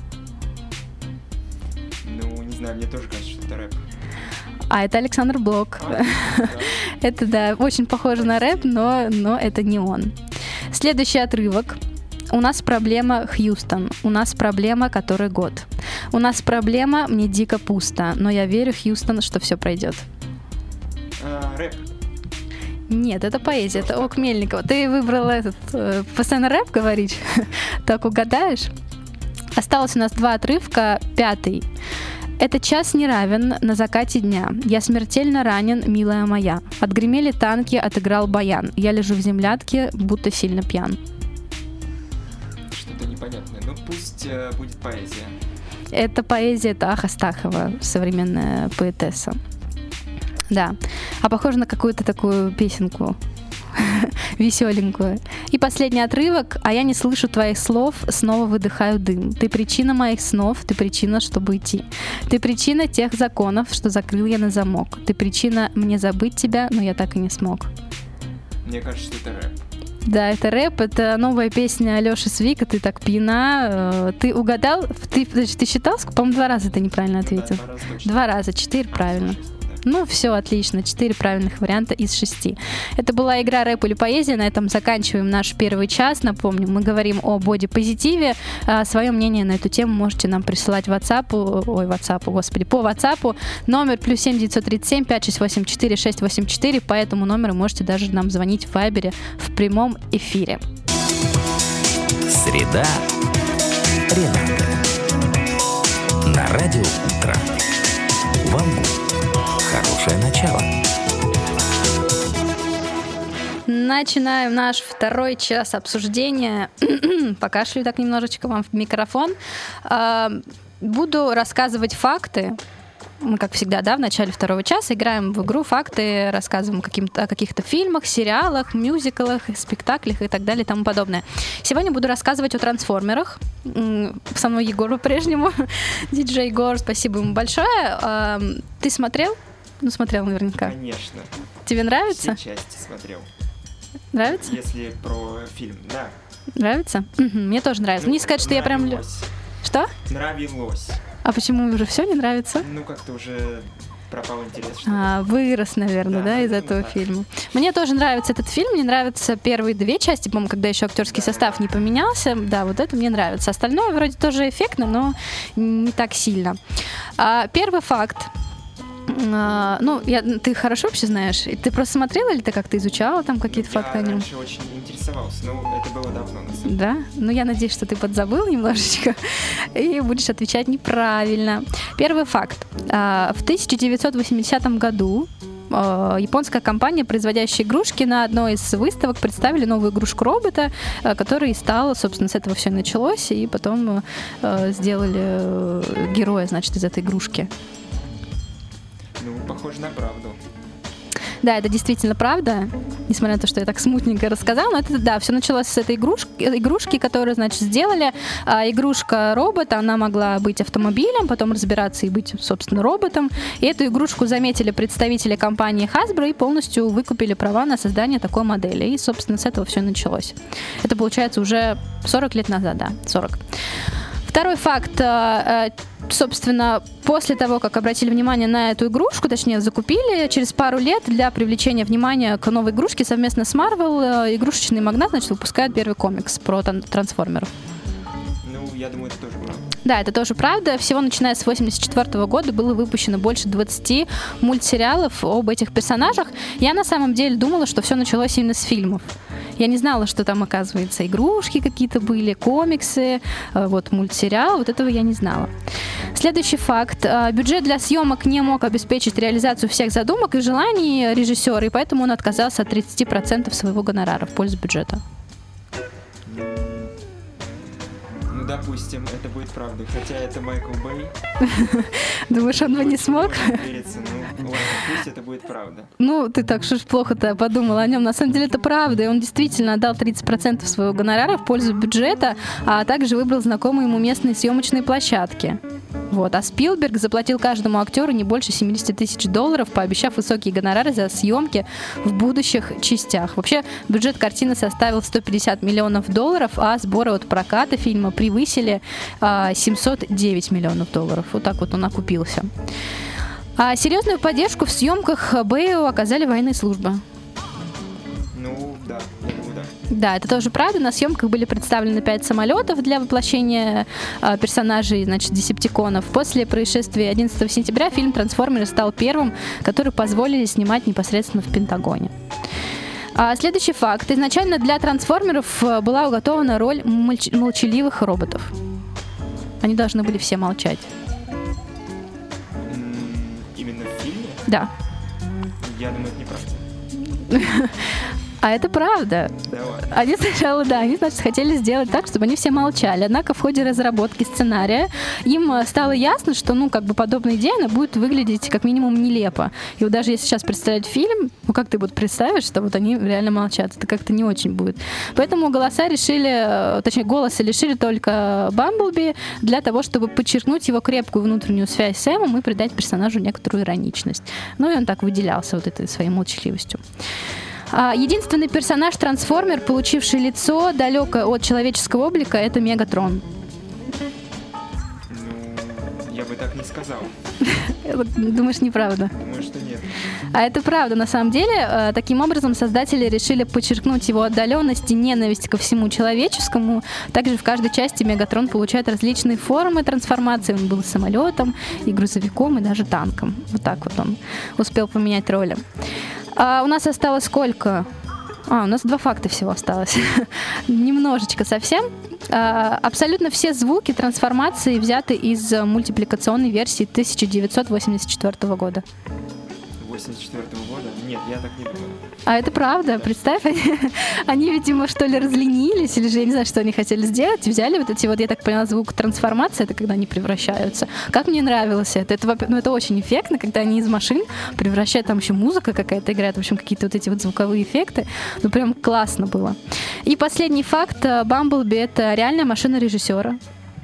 Не знаю, мне тоже кажется, что это рэп. А это Александр Блок. Да. Это, да, очень похоже на рэп, но это не он. Следующий отрывок. У нас проблема Хьюстон, у нас проблема который год. У нас проблема, мне дико пусто, но я верю, Хьюстон, что все пройдет. Рэп. Нет, это поэзия, это Ок Мельникова. Ты выбрала постоянно рэп говорить, так угадаешь. Осталось у нас 2 отрывка. 5. Этот час не равен на закате дня. Я смертельно ранен, милая моя. Отгремели танки, отыграл баян. Я лежу в землянке, будто сильно пьян. Что-то непонятное. Пусть будет поэзия. Это поэзия, это Аха Стахова, современная поэтесса. Да. А похоже на какую-то такую песенку веселенькую. И последний отрывок. А я не слышу твоих слов, снова выдыхаю дым. Ты причина моих снов, ты причина, чтобы идти. Ты причина тех законов, что закрыл я на замок. Ты причина мне забыть тебя, но я так и не смог. Мне кажется, что это рэп. Да, это рэп, это новая песня Алёши Свика, ты так пьяна. Ты угадал? Ты считал? По-моему, 2 раза ты неправильно ответил. Да, 2 раза точно. 2 раза, 4 правильно. 6, да. Ну, все отлично, 4 правильных варианта из 6. Это была игра «Рэп или поэзия». На этом заканчиваем наш первый час. Напомню, мы говорим о бодипозитиве. Свое мнение на эту тему можете нам присылать по WhatsApp. Номер +7 937 568 4684. По этому номеру можете даже нам звонить в Вайбере в прямом эфире. Среда Рената. На радио «Утро». Вам хорошее начало. Начинаем наш второй час обсуждения. Покашлю так немножечко вам в микрофон. Буду рассказывать факты. Мы, как всегда, в начале второго часа играем в игру «Факты», рассказываем о каких-то фильмах, сериалах, мюзиклах, спектаклях и так далее и тому подобное. Сегодня буду рассказывать о «Трансформерах». Со мной Егор по-прежнему. Диджей Егор, спасибо ему большое. Ты смотрел? Ну, смотрел наверняка. Конечно. Тебе нравится? Все части смотрел. Nравится? Если про фильм, да. Нравится? Мне тоже нравится. Не сказать, что я прям... Что? Нравилось. А почему уже все не нравится? Ну, как-то уже пропал интерес. Что ли. Вырос, наверное, да, из этого так. фильма. Мне тоже нравится этот фильм. Мне нравятся первые 2 части, по-моему, когда еще актерский состав не поменялся. Да, вот это мне нравится. Остальное вроде тоже эффектно, но не так сильно. Первый факт. Ты хорошо вообще знаешь? Ты просто смотрела или ты как-то изучала там какие-то факты о Я нем? раньше очень интересовался, но это было давно, на самом деле. Да? Ну, я надеюсь, что ты подзабыл немножечко и будешь отвечать неправильно. Первый факт. В 1980 году японская компания, производящая игрушки, на одной из выставок представили новую игрушку робота, который стал, собственно, с этого все началось, и потом сделали героя, значит, из этой игрушки. Ну, похоже на правду. Да, это действительно правда, несмотря на то, что я так смутненько рассказала, но это, да, все началось с этой игрушки, которую, значит, сделали. Игрушка робота, она могла быть автомобилем, потом разбираться и быть, собственно, роботом. И эту игрушку заметили представители компании Hasbro и полностью выкупили права на создание такой модели. И, собственно, с этого все началось. Это, получается, уже 40 лет назад, да, 40. Второй факт. Собственно, после того, как обратили внимание на эту игрушку, точнее, закупили, через пару лет для привлечения внимания к новой игрушке совместно с Marvel игрушечный магнат, значит, выпускает первый комикс про трансформеров. Ну, я думаю, это тоже правда. Да, это тоже правда. Всего, начиная с 1984 года, было выпущено больше 20 мультсериалов об этих персонажах. Я на самом деле думала, что все началось именно с фильмов. Я не знала, что там, оказывается, игрушки какие-то были, комиксы, вот мультсериал, вот этого я не знала. Следующий факт. Бюджет для съемок не мог обеспечить реализацию всех задумок и желаний режиссера, и поэтому он отказался от 30% своего гонорара в пользу бюджета. Ну, допустим, это будет правдой, хотя это Майкл Бэй. Думаешь, он бы не смог? Верится. Ну, ладно, пусть это будет правда. Ну, ты так что ж плохо-то подумала о нем. На самом деле это правда, и он действительно отдал 30% своего гонорара в пользу бюджета, а также выбрал знакомые ему местные съемочные площадки. Вот. А Спилберг заплатил каждому актеру не больше $70 тысяч, пообещав высокие гонорары за съемки в будущих частях. Вообще, бюджет картины составил $150 миллионов, а сборы от проката фильма превысили $709 миллионов. Вот так вот он окупился. А серьезную поддержку в съемках Бэю оказали военные службы. Ну, да, я думаю, да. Да, это тоже правда. На съемках были представлены 5 самолетов для воплощения персонажей, значит, десептиконов. После происшествия 11 сентября фильм «Трансформеры» стал первым, который позволили снимать непосредственно в Пентагоне. Следующий факт. Изначально для «Трансформеров» была уготована роль молчаливых роботов. Они должны были все молчать. Именно в фильме? Да. Я думаю, это неправда. А это правда. Давай. Они сначала, они, значит, хотели сделать так, чтобы они все молчали. Однако в ходе разработки сценария им стало ясно, что, подобная идея, она будет выглядеть как минимум нелепо. И вот даже если сейчас представить фильм, как ты вот представишь, что вот они реально молчат, это как-то не очень будет. Поэтому голос лишили только Бамблби для того, чтобы подчеркнуть его крепкую внутреннюю связь с Сэмом и придать персонажу некоторую ироничность. И он так выделялся вот этой своей молчаливостью. Единственный персонаж-трансформер, получивший лицо далекое от человеческого облика, это Мегатрон. Я бы так не сказал. Думаешь, неправда? Думаю, что нет. А это правда, на самом деле. Таким образом, создатели решили подчеркнуть его отдаленность и ненависть ко всему человеческому. Также в каждой части Мегатрон получает различные формы трансформации. Он был самолетом, и грузовиком, и даже танком. Вот так вот он успел поменять роли. У нас осталось сколько? У нас 2 факта всего осталось. Немножечко совсем. Абсолютно все звуки трансформации взяты из мультипликационной версии 1984 года. 84-го года? Нет, я так не думаю. А это правда, представь, они, видимо, что ли, разленились, или же я не знаю, что они хотели сделать, и взяли вот эти я так поняла, звук трансформации, это когда они превращаются. Как мне нравилось это. Это очень эффектно, когда они из машин превращают, там еще музыка какая-то играет, в общем, какие-то вот эти вот звуковые эффекты. Прям классно было. И последний факт, Бамблби — это реальная машина режиссера.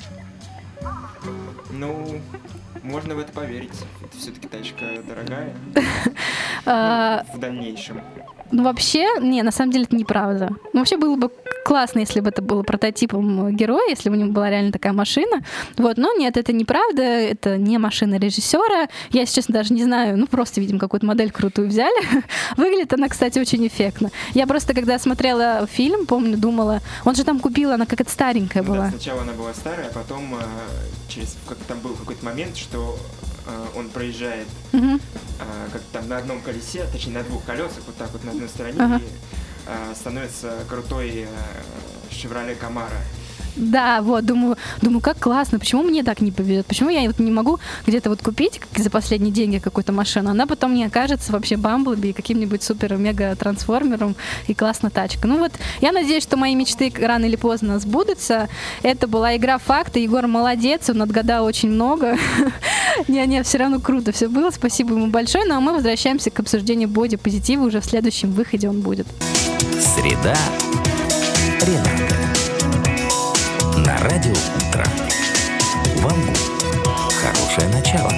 Можно в это поверить. Это все-таки тачка дорогая. В дальнейшем. Вообще, на самом деле это неправда. Вообще было бы классно, если бы это было прототипом героя, если бы у него была реально такая машина. Но нет, это неправда, это не машина режиссера. Я, если честно, даже не знаю, просто, видимо, какую-то модель крутую взяли. Выглядит она, кстати, очень эффектно. Я просто, когда смотрела фильм, помню, думала, он же там купил, она какая-то старенькая была. Да, сначала она была старая, а потом там был какой-то момент, что он проезжает как там на одном колесе, точнее на 2 колесах, вот так вот на одной стороне, и становится крутой Chevrolet Camaro. Да, думаю, как классно, почему мне так не повезет, почему я не могу где-то купить за последние деньги какую-то машину, она потом мне окажется вообще Бамблби, каким-нибудь супер-мега-трансформером и классная тачка. Я надеюсь, что мои мечты рано или поздно сбудутся. Это была игра «Факты». Егор молодец, он отгадал очень много. Не, все равно круто все было, спасибо ему большое. А мы возвращаемся к обсуждению бодипозитива, уже в следующем выходе он будет. Среда Рената. На радио «Утро». Вам хорошее начало.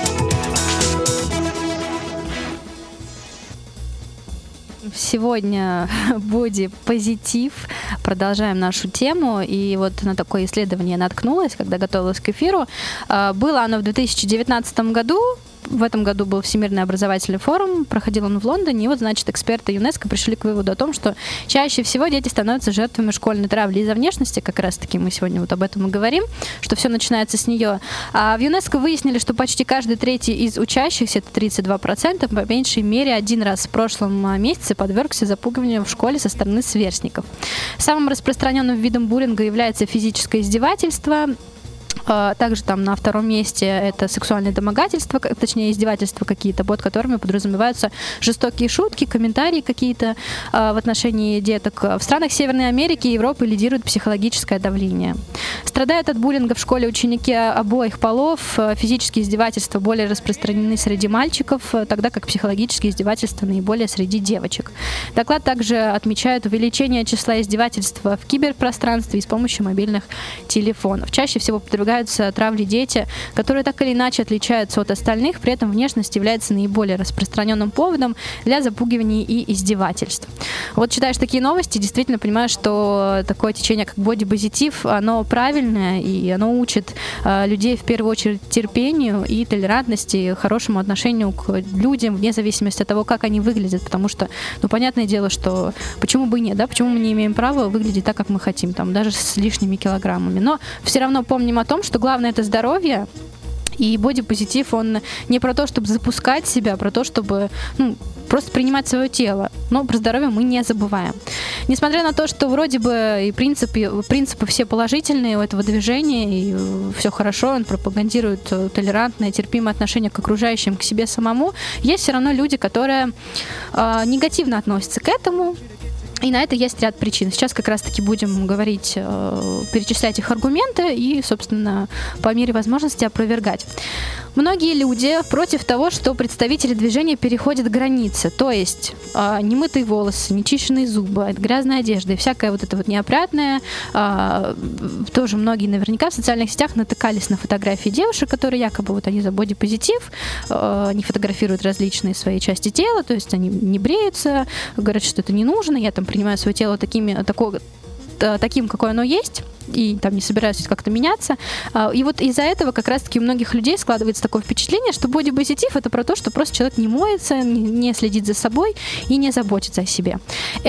Сегодня бодипозитив. Продолжаем нашу тему. И на такое исследование наткнулась, когда готовилась к эфиру. Было оно в 2019 году. В этом году был Всемирный образовательный форум, проходил он в Лондоне, и значит, эксперты ЮНЕСКО пришли к выводу о том, что чаще всего дети становятся жертвами школьной травли из-за внешности, как раз-таки мы сегодня об этом и говорим, что все начинается с нее. А в ЮНЕСКО выяснили, что почти каждый третий из учащихся, это 32%, по меньшей мере 1 раз в прошлом месяце подвергся запугиванию в школе со стороны сверстников. Самым распространенным видом буллинга является физическое издевательство. Также на 2-м месте это сексуальное домогательство, точнее издевательства какие-то, под которыми подразумеваются жестокие шутки, комментарии какие-то в отношении деток. В странах Северной Америки и Европы лидирует психологическое давление. Страдают от буллинга в школе ученики обоих полов. Физические издевательства более распространены среди мальчиков, тогда как психологические издевательства наиболее среди девочек. Доклад также отмечает увеличение числа издевательств в киберпространстве и с помощью мобильных телефонов. Чаще всего подвергаются травле дети, которые так или иначе отличаются от остальных, при этом внешность является наиболее распространенным поводом для запугиваний и издевательств. Читаешь такие новости, действительно понимаешь, что такое течение, как бодипозитив, оно правильное, и оно учит людей в первую очередь терпению и толерантности, хорошему отношению к людям, вне зависимости от того, как они выглядят, потому что, понятное дело, что почему бы и нет, почему мы не имеем права выглядеть так, как мы хотим, даже с лишними килограммами, но все равно помним о том, что главное — это здоровье, и бодипозитив, он не про то, чтобы запускать себя, а про то, чтобы просто принимать свое тело. Но про здоровье мы не забываем. Несмотря на то, что вроде бы и принципы все положительные у этого движения, и все хорошо, он пропагандирует толерантное, терпимое отношение к окружающим, к себе самому, есть все равно люди, которые негативно относятся к этому. И на это есть ряд причин. Сейчас как раз-таки будем говорить, перечислять их аргументы и, собственно, по мере возможности опровергать. Многие люди против того, что представители движения переходят границы, то есть немытые волосы, нечищенные зубы, грязная одежда и всякое вот это вот неопрятное. Тоже многие наверняка в социальных сетях натыкались на фотографии девушек, которые якобы вот они за бодипозитив, они фотографируют различные свои части тела, то есть они не бреются, говорят, что это не нужно, я там принимаю свое тело таким, какое оно есть, и там не собираюсь как-то меняться. И вот из-за этого как раз-таки у многих людей складывается такое впечатление, что бодипозитив — это про то, что просто человек не моется, не следит за собой и не заботится о себе.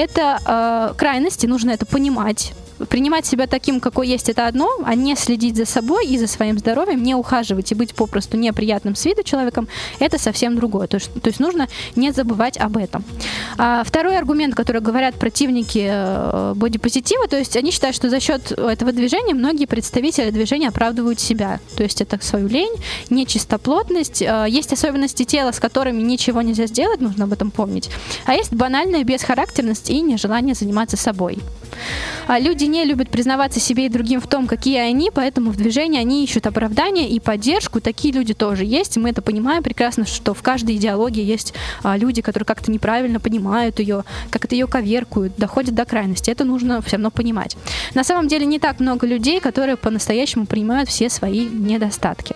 Это крайности, нужно это понимать. Принимать себя таким, какой есть, это одно, а не следить за собой и за своим здоровьем, не ухаживать и быть попросту неприятным с виду человеком, это совсем другое. То есть нужно не забывать об этом. Второй аргумент, который говорят противники бодипозитива, то есть они считают, что за счет этого движения многие представители движения оправдывают себя. То есть это свою лень, нечистоплотность, есть особенности тела, с которыми ничего нельзя сделать, нужно об этом помнить, а есть банальная бесхарактерность и нежелание заниматься собой. Люди не любят признаваться себе и другим в том, какие они, поэтому в движении они ищут оправдания и поддержку. Такие люди тоже есть, и мы это понимаем прекрасно, что в каждой идеологии есть люди, которые как-то неправильно понимают ее, как-то ее коверкуют, доходят до крайности. Это нужно все равно понимать. На самом деле не так много людей, которые по-настоящему принимают все свои недостатки.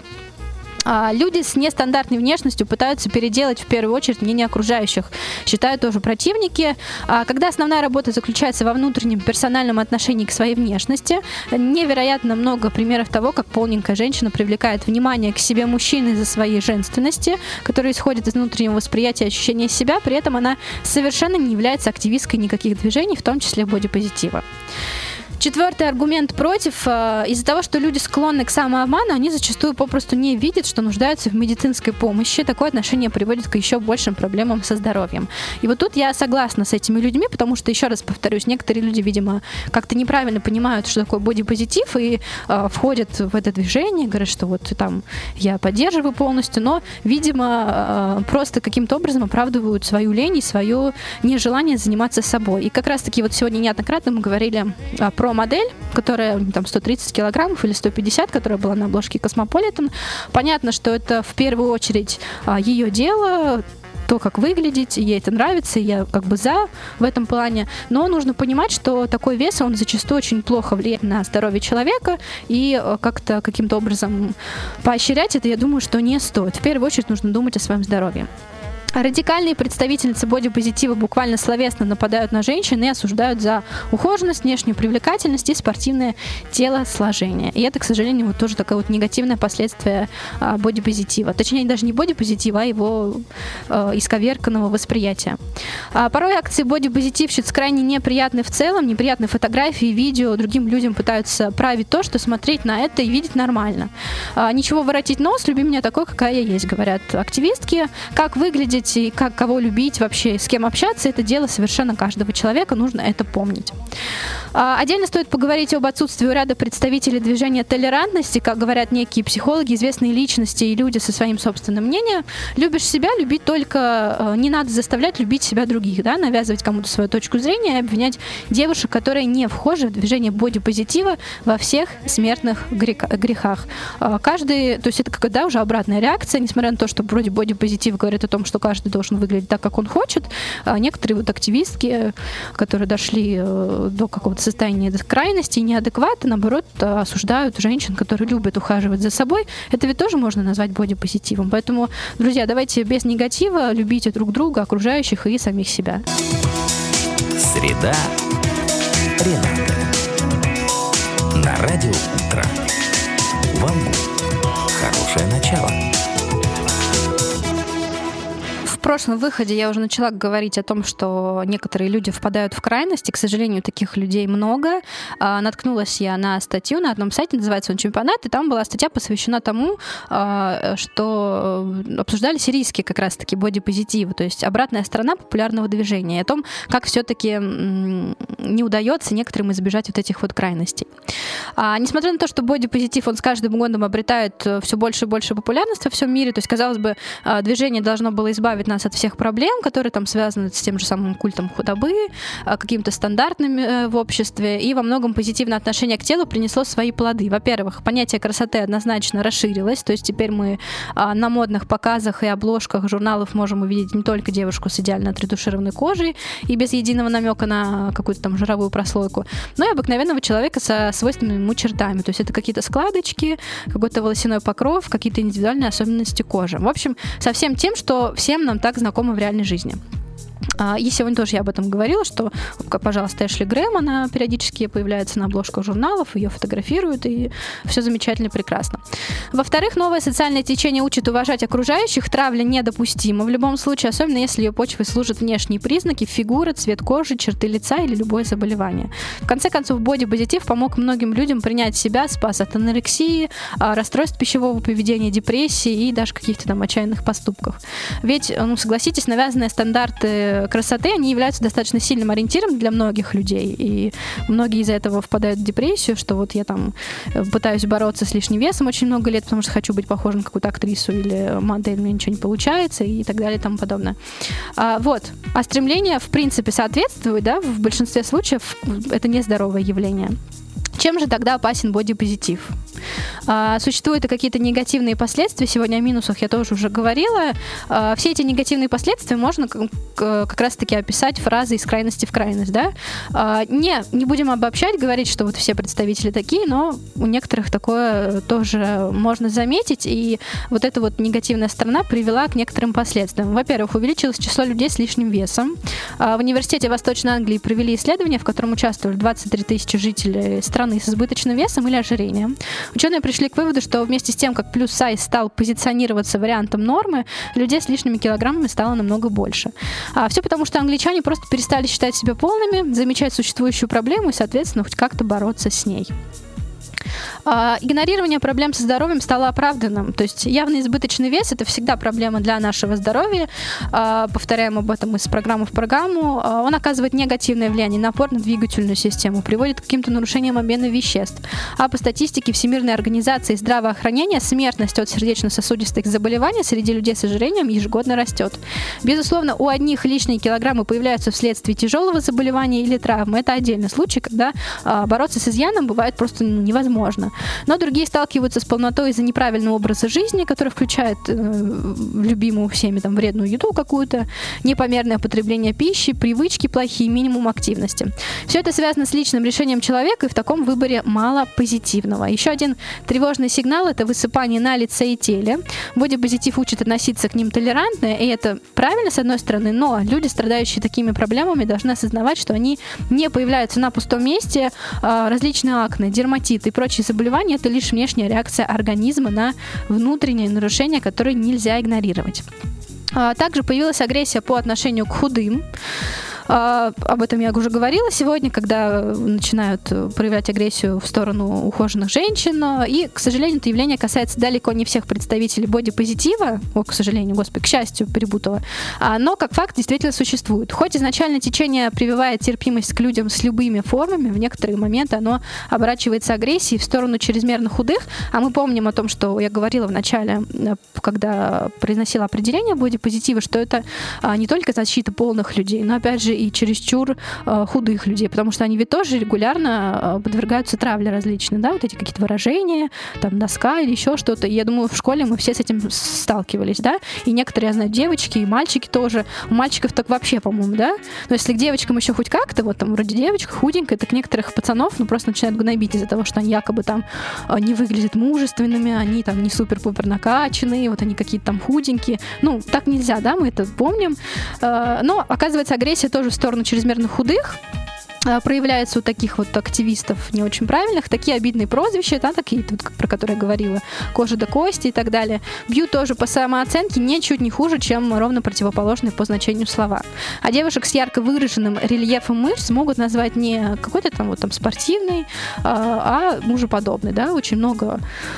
Люди с нестандартной внешностью пытаются переделать в первую очередь мнение окружающих, считают тоже противники. Когда основная работа заключается во внутреннем персональном отношении к своей внешности, невероятно много примеров того, как полненькая женщина привлекает внимание к себе мужчины из-за своей женственности, которая исходит из внутреннего восприятия и ощущения себя, при этом она совершенно не является активисткой никаких движений, в том числе бодипозитива. Четвертый аргумент против. Из-за того, что люди склонны к самообману, они зачастую попросту не видят, что нуждаются в медицинской помощи. Такое отношение приводит к еще большим проблемам со здоровьем. И вот тут я согласна с этими людьми, потому что, еще раз повторюсь, некоторые люди, видимо, как-то неправильно понимают, что такое бодипозитив, и входят в это движение, говорят, что вот там я поддерживаю полностью, но, видимо, просто каким-то образом оправдывают свою лень и свое нежелание заниматься собой. И как раз-таки вот сегодня неоднократно мы говорили про модель, которая там 130 килограммов или 150, которая была на обложке Cosmopolitan. Понятно, что это в первую очередь ее дело, то, как выглядеть, ей это нравится, и я как бы за в этом плане, но нужно понимать, что такой вес, он зачастую очень плохо влияет на здоровье человека, и как-то каким-то образом поощрять это, я думаю, что не стоит. В первую очередь нужно думать о своем здоровье. Радикальные представительницы бодипозитива буквально словесно нападают на женщин и осуждают за ухоженность, внешнюю привлекательность и спортивное телосложение. И это, к сожалению, вот тоже такое вот негативное последствие бодипозитива. Точнее, даже не бодипозитива, а его исковерканного восприятия. Порой акции бодипозитивщиц крайне неприятны в целом, неприятные фотографии, видео. Другим людям пытаются править то, что смотреть на это и видеть нормально. Ничего воротить нос, люби меня такой, какая я есть, говорят активистки. Как выглядеть и как кого любить, вообще с кем общаться, это дело совершенно каждого человека, нужно это помнить. Отдельно стоит поговорить об отсутствии у ряда представителей движения толерантности, как говорят некие психологи, известные личности и люди со своим собственным мнением. Любишь себя, любить только не надо заставлять любить себя других, да, навязывать кому-то свою точку зрения и обвинять девушек, которые не вхожи в движение бодипозитива во всех смертных грехах. Каждый, то есть это когда уже обратная реакция, несмотря на то, что вроде бодипозитив говорит о том, что каждый должен выглядеть так, как он хочет. Некоторые вот активистки, которые дошли до какого-то состояния крайности и неадеквата, наоборот, осуждают женщин, которые любят ухаживать за собой. Это ведь тоже можно назвать бодипозитивом. Поэтому, друзья, давайте без негатива любите друг друга, окружающих и самих себя. Среда Рената. На радио «Утро». Вам хорошее начало. В прошлом выходе я уже начала говорить о том, что некоторые люди впадают в крайности. К сожалению, таких людей много. Наткнулась я на статью на одном сайте, называется он «Чемпионат», и там была статья посвящена тому, что обсуждали сирийские как раз-таки бодипозитивы, то есть обратная сторона популярного движения, и о том, как все-таки не удается некоторым избежать вот этих вот крайностей. Несмотря на то, что бодипозитив, он с каждым годом обретает все больше и больше популярность во всем мире, то есть, казалось бы, движение должно было избавить нас от всех проблем, которые там связаны с тем же самым культом худобы, какими-то стандартными в обществе, и во многом позитивное отношение к телу принесло свои плоды. Во-первых, понятие красоты однозначно расширилось, то есть теперь мы на модных показах и обложках журналов можем увидеть не только девушку с идеально отретушированной кожей и без единого намека на какую-то там жировую прослойку, но и обыкновенного человека со свойственными ему чертами. То есть это какие-то складочки, какой-то волосяной покров, какие-то индивидуальные особенности кожи. В общем, со всем тем, что всем нам так знакомо в реальной жизни. И сегодня тоже я об этом говорила, что, пожалуйста, Эшли Грэм, она периодически появляется на обложках журналов, ее фотографируют, и все замечательно и прекрасно. Во-вторых, новое социальное течение учит уважать окружающих, травля недопустима в любом случае, особенно если ее почвой служат внешние признаки, фигура, цвет кожи, черты лица или любое заболевание. В конце концов, бодипозитив помог многим людям принять себя, спас от анорексии, расстройств пищевого поведения, депрессии и даже каких-то там отчаянных поступков. Ведь, согласитесь, навязанные стандарты красоты, они являются достаточно сильным ориентиром для многих людей, и многие из-за этого впадают в депрессию, что вот я там пытаюсь бороться с лишним весом очень много лет, потому что хочу быть похожа на какую-то актрису или модель, у меня ничего не получается и так далее и тому подобное. А стремление, в принципе, соответствует, да, в большинстве случаев это нездоровое явление. Чем же тогда опасен бодипозитив? Существуют и какие-то негативные последствия. Сегодня о минусах я тоже уже говорила. Все эти негативные последствия можно как раз-таки описать фразой «из крайности в крайность». Да? Не будем обобщать, говорить, что вот все представители такие, но у некоторых такое тоже можно заметить. И вот эта вот негативная сторона привела к некоторым последствиям. Во-первых, увеличилось число людей с лишним весом. В университете Восточной Англии провели исследование, в котором участвовали 23 тысячи жителей страны с избыточным весом или ожирением. Ученые пришли к выводу, что вместе с тем, как плюс-сайз стал позиционироваться вариантом нормы, людей с лишними килограммами стало намного больше. Все потому, что англичане просто перестали считать себя полными, замечать существующую проблему и, соответственно, хоть как-то бороться с ней. Игнорирование проблем со здоровьем стало оправданным. То есть явный избыточный вес – это всегда проблема для нашего здоровья. Повторяем об этом из программы в программу. Он оказывает негативное влияние на опорно-двигательную систему, приводит к каким-то нарушениям обмена веществ. А по статистике Всемирной организации здравоохранения смертность от сердечно-сосудистых заболеваний среди людей с ожирением ежегодно растет. Безусловно, у одних лишние килограммы появляются вследствие тяжелого заболевания или травмы. Это отдельный случай, когда бороться с изъяном бывает просто невозможно. Но другие сталкиваются с полнотой из-за неправильного образа жизни, который включает любимую всеми там вредную еду какую-то, непомерное потребление пищи, привычки плохие, минимум активности. Все это связано с личным решением человека, и в таком выборе мало позитивного. Еще один тревожный сигнал – это высыпание на лице и теле. Бодипозитив учит относиться к ним толерантно, и это правильно, с одной стороны, но люди, страдающие такими проблемами, должны осознавать, что они не появляются на пустом месте. Различные акне, дерматит и прочие заболевания – это лишь внешняя реакция организма на внутренние нарушения, которые нельзя игнорировать. Также появилась агрессия по отношению к худым. Об этом я уже говорила сегодня, когда начинают проявлять агрессию в сторону ухоженных женщин. И, к сожалению, это явление касается далеко не всех представителей бодипозитива. К сожалению, к счастью, перепутала. Но, как факт, действительно существует. Хоть изначально течение прививает терпимость к людям с любыми формами, в некоторые моменты оно оборачивается агрессией в сторону чрезмерно худых. А мы помним о том, что я говорила в начале, когда произносила определение бодипозитива, что это не только защита полных людей, но, опять же, и чересчур худых людей, потому что они ведь тоже регулярно подвергаются травле различной, да, вот эти какие-то выражения, там, доска или еще что-то. И я думаю, в школе мы все с этим сталкивались, да, и некоторые, я знаю, девочки и мальчики тоже. У мальчиков так вообще, по-моему, да, но если к девочкам еще хоть как-то, вот там вроде девочка худенькая, так некоторых пацанов, просто начинают гнобить из-за того, что они якобы там не выглядят мужественными, они там не супер-пупер накачанные, вот они какие-то там худенькие. Так нельзя, да, мы это помним. Но, оказывается, агрессия тоже в сторону чрезмерно худых проявляется у таких вот активистов не очень правильных, такие обидные прозвища, да, такие, вот, про которые я говорила, кожа до кости и так далее, бьют тоже по самооценке ничуть не хуже, чем ровно противоположные по значению слова. А девушек с ярко выраженным рельефом мышц могут назвать не какой-то там вот там спортивный, а мужеподобный, да, очень много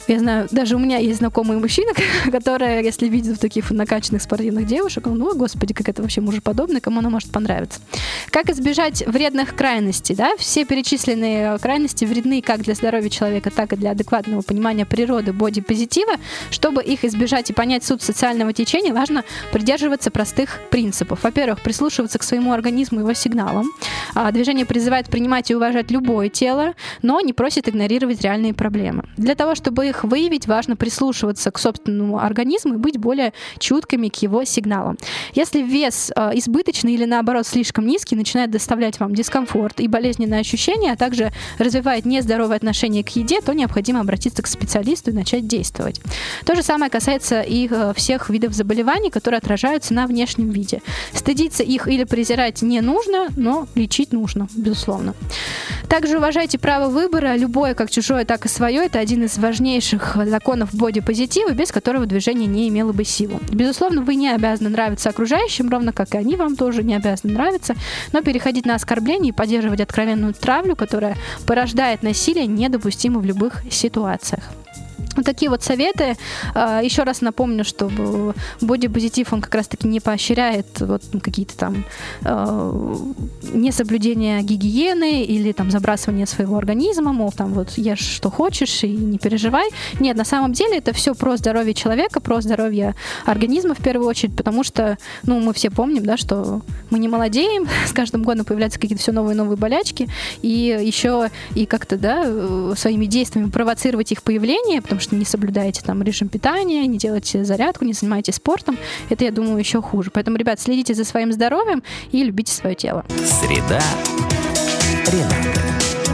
Я знаю, даже у меня есть знакомые мужчины, которые, если видят таких накачанных спортивных девушек, он, о, господи, как это вообще мужеподобно, кому оно может понравиться. Как избежать вредных крайностей, да? Все перечисленные крайности вредны как для здоровья человека, так и для адекватного понимания природы бодипозитива. Чтобы их избежать и понять суть социального течения, важно придерживаться простых принципов. Во-первых, прислушиваться к своему организму и его сигналам. Движение призывает принимать и уважать любое тело, но не просит игнорировать реальные проблемы. Для того, чтобы их выявить, важно прислушиваться к собственному организму и быть более чуткими к его сигналам. Если вес избыточный или, наоборот, слишком низкий, начинает доставлять вам дискомфорт и болезненные ощущения, а также развивает нездоровое отношение к еде, то необходимо обратиться к специалисту и начать действовать. То же самое касается и всех видов заболеваний, которые отражаются на внешнем виде. Стыдиться их или презирать не нужно, но лечить нужно, безусловно. Также уважайте право выбора, любое, как чужое, так и свое. Это один из важнейших законов бодипозитива, без которого движение не имело бы силу. Безусловно, вы не обязаны нравиться окружающим, ровно как и они вам тоже не обязаны нравиться, но переходить на оскорбление и поддерживать откровенную травлю, которая порождает насилие, недопустимо в любых ситуациях. Вот такие вот советы. Еще раз напомню, что бодипозитив, он как раз-таки не поощряет вот какие-то там несоблюдения гигиены или там забрасывание своего организма, мол, там вот ешь что хочешь и не переживай. Нет, на самом деле это все про здоровье человека, про здоровье организма в первую очередь, потому что, ну, мы все помним, да, что мы не молодеем, с каждым годом появляются какие-то все новые и новые болячки, и еще и как-то, да, своими действиями провоцировать их появление, потому что не соблюдаете там режим питания, не делаете зарядку, не занимаетесь спортом, это, я думаю, еще хуже. Поэтому, ребят, следите за своим здоровьем и любите свое тело. Среда Рената.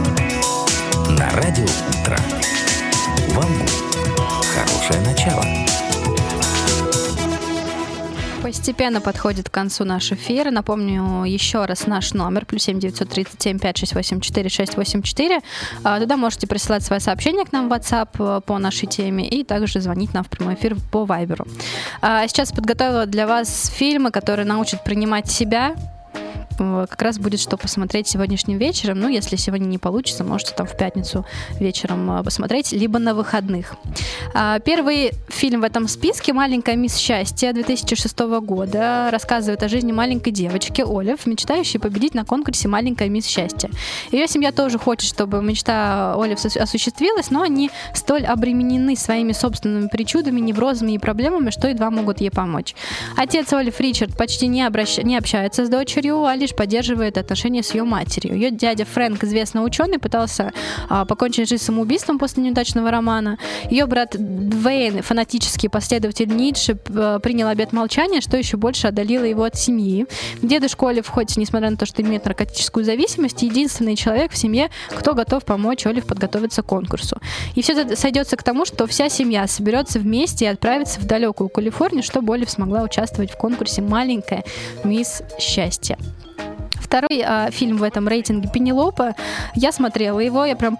На радио «Утро». Вам хорошее начало. Постепенно подходит к концу наш эфир. Напомню еще раз наш номер +7 937 568 4684. Туда можете присылать свои сообщения к нам в WhatsApp по нашей теме и также звонить нам в прямой эфир по Вайберу. Сейчас подготовила для вас фильмы, которые научат принимать себя. Как раз будет что посмотреть сегодняшним вечером. Ну, если сегодня не получится, можете там в пятницу вечером посмотреть, либо на выходных. Первый фильм в этом списке «Маленькая мисс Счастье» 2006 года рассказывает о жизни маленькой девочки Олив, мечтающей победить на конкурсе «Маленькая мисс Счастье». Ее семья тоже хочет, чтобы мечта Олив осуществилась, но они столь обременены своими собственными причудами, неврозами и проблемами, что едва могут ей помочь. Отец Олив, Ричард, почти не общается с дочерью, а лишь поддерживает отношения с ее матерью. Ее дядя Фрэнк, известный ученый, пытался покончить жизнь самоубийством после неудачного романа. Ее брат Двейн, фанатический последователь Ницше, принял обет молчания, что еще больше отдалило его от семьи. Дедушка Олив, хоть несмотря на то, что имеет наркотическую зависимость, единственный человек в семье, кто готов помочь Олив подготовиться к конкурсу. И все это сойдется к тому, что вся семья соберется вместе и отправится в далекую Калифорнию, чтобы Олив смогла участвовать в конкурсе «Маленькая мисс Счастье». Второй фильм в этом рейтинге «Пенелопа». Я смотрела его, я прям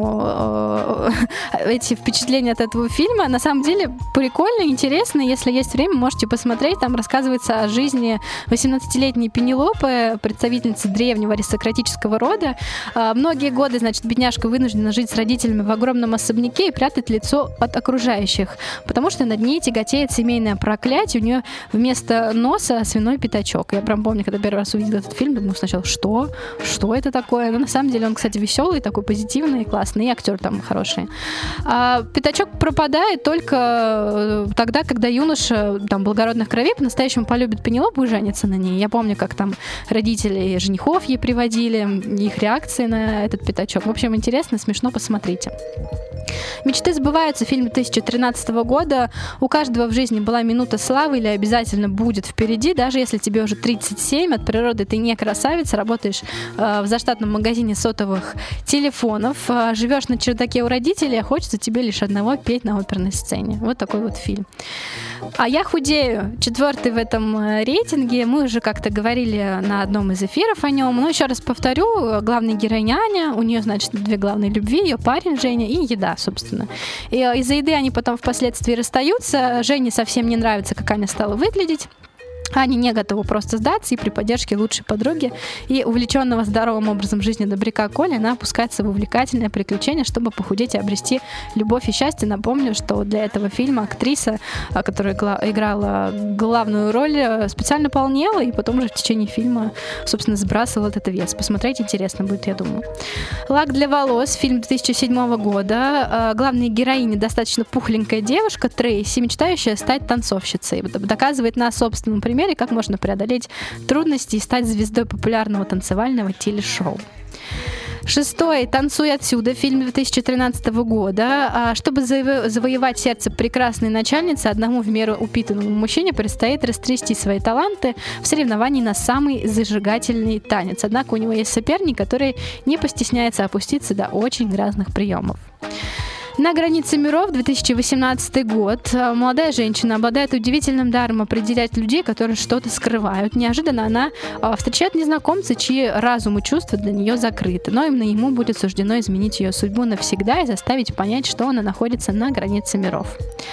помню эти впечатления от этого фильма. На самом деле прикольно, интересно. Если есть время, можете посмотреть. Там рассказывается о жизни 18-летней Пенелопы, представительницы древнего аристократического рода. Многие годы, значит, бедняжка вынуждена жить с родителями в огромном особняке и прятать лицо от окружающих, потому что над ней тяготеет семейное проклятие. У нее вместо носа свиной пятачок. Я прям помню, когда первый раз увидела этот фильм, думаю сначала, что это такое? Но на самом деле он, кстати, веселый, такой позитивный, классный, и актер там хороший. Пятачок пропадает только тогда, когда юноша там благородных кровей по-настоящему полюбит Пенелопу и женится на ней. Я помню, как там родители женихов ей приводили, их реакции на этот пятачок. В общем, интересно, смешно, посмотрите. «Мечты сбываются» — фильм 2013 года. У каждого в жизни была минута славы или обязательно будет впереди, даже если тебе уже 37, от природы ты не красавица, работаешь в заштатном магазине сотовых телефонов, живешь на чердаке у родителей, а хочется тебе лишь одного — петь на оперной сцене. Вот такой вот фильм. «А я худею» — 4-й в этом рейтинге. Мы уже как-то говорили на одном из эфиров о нем. Но еще раз повторю, главная героиня Аня, у нее, значит, 2 главные любви, ее парень Женя и еда, собственно. И из-за еды они потом впоследствии расстаются. Жене совсем не нравится, как Аня стала выглядеть. Аня не готова просто сдаться, и при поддержке лучшей подруги и увлеченного здоровым образом жизни добряка Коли она опускается в увлекательное приключение, чтобы похудеть и обрести любовь и счастье. Напомню, что для этого фильма актриса, которая играла главную роль, специально полнела и потом уже в течение фильма, собственно, сбрасывала этот вес. Посмотреть интересно будет, я думаю. «Лак для волос», фильм 2007 года. Главная героиня достаточно пухленькая девушка Трейси, мечтающая стать танцовщицей. Доказывает на собственном примере, как можно преодолеть трудности и стать звездой популярного танцевального телешоу. 6. «Танцуй отсюда», фильм 2013 года. Чтобы завоевать сердце прекрасной начальницы, одному в меру упитанному мужчине предстоит растрясти свои таланты в соревновании на самый зажигательный танец. Однако у него есть соперник, который не постесняется опуститься до очень грязных приемов. «На границе миров», 2018 год. Молодая женщина обладает удивительным даром определять людей, которые что-то скрывают. Неожиданно она встречает незнакомца, чьи разум и чувства для нее закрыты. Но именно ему будет суждено изменить ее судьбу навсегда и заставить понять, что она находится на границе миров.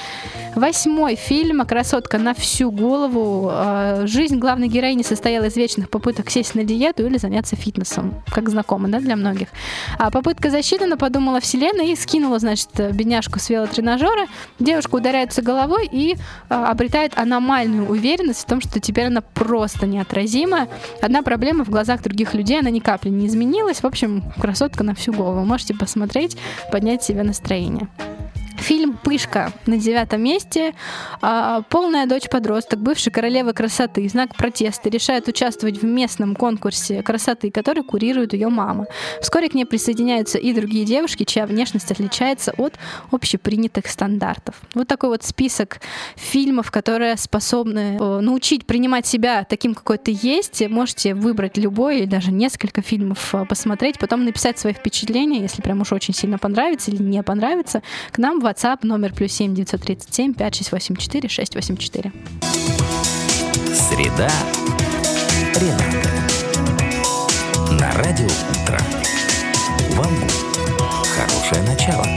8. фильм «Красотка на всю голову». Жизнь главной героини состояла из вечных попыток сесть на диету или заняться фитнесом. Как знакомо, да, для многих. Попытка засчитана, подумала вселенная, и скинула, значит, бедняжку с велотренажера. Девушка ударяется головой и обретает аномальную уверенность в том, что теперь она просто неотразима. Одна проблема: в глазах других людей она ни капли не изменилась. В общем, красотка на всю голову. Можете посмотреть, поднять себе настроение. Фильм «Пышка» на 9 месте. Полная дочь-подросток, бывшей королевы красоты, в знак протеста решает участвовать в местном конкурсе красоты, который курирует ее мама. Вскоре к ней присоединяются и другие девушки, чья внешность отличается от общепринятых стандартов. Вот такой вот список фильмов, которые способны научить принимать себя таким, какой ты есть. Можете выбрать любой или даже несколько фильмов посмотреть, потом написать свои впечатления, если прям уж очень сильно понравится или не понравится, к нам в WhatsApp номер +7 937 5684 684. Среда Рената. На радио «Утро». Вам хорошее начало.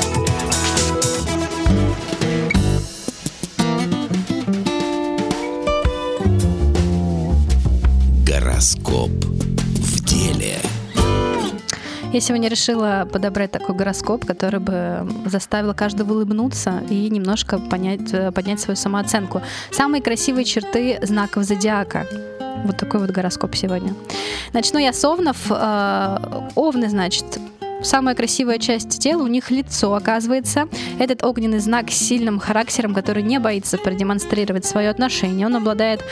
Гороскоп в деле. Я сегодня решила подобрать такой гороскоп, который бы заставил каждого улыбнуться и немножко поднять свою самооценку. Самые красивые черты знаков зодиака. Вот такой вот гороскоп сегодня. Начну я с овнов. Овны, значит, самая красивая часть тела у них лицо, оказывается. Этот огненный знак с сильным характером, который не боится продемонстрировать свое отношение. Он обладает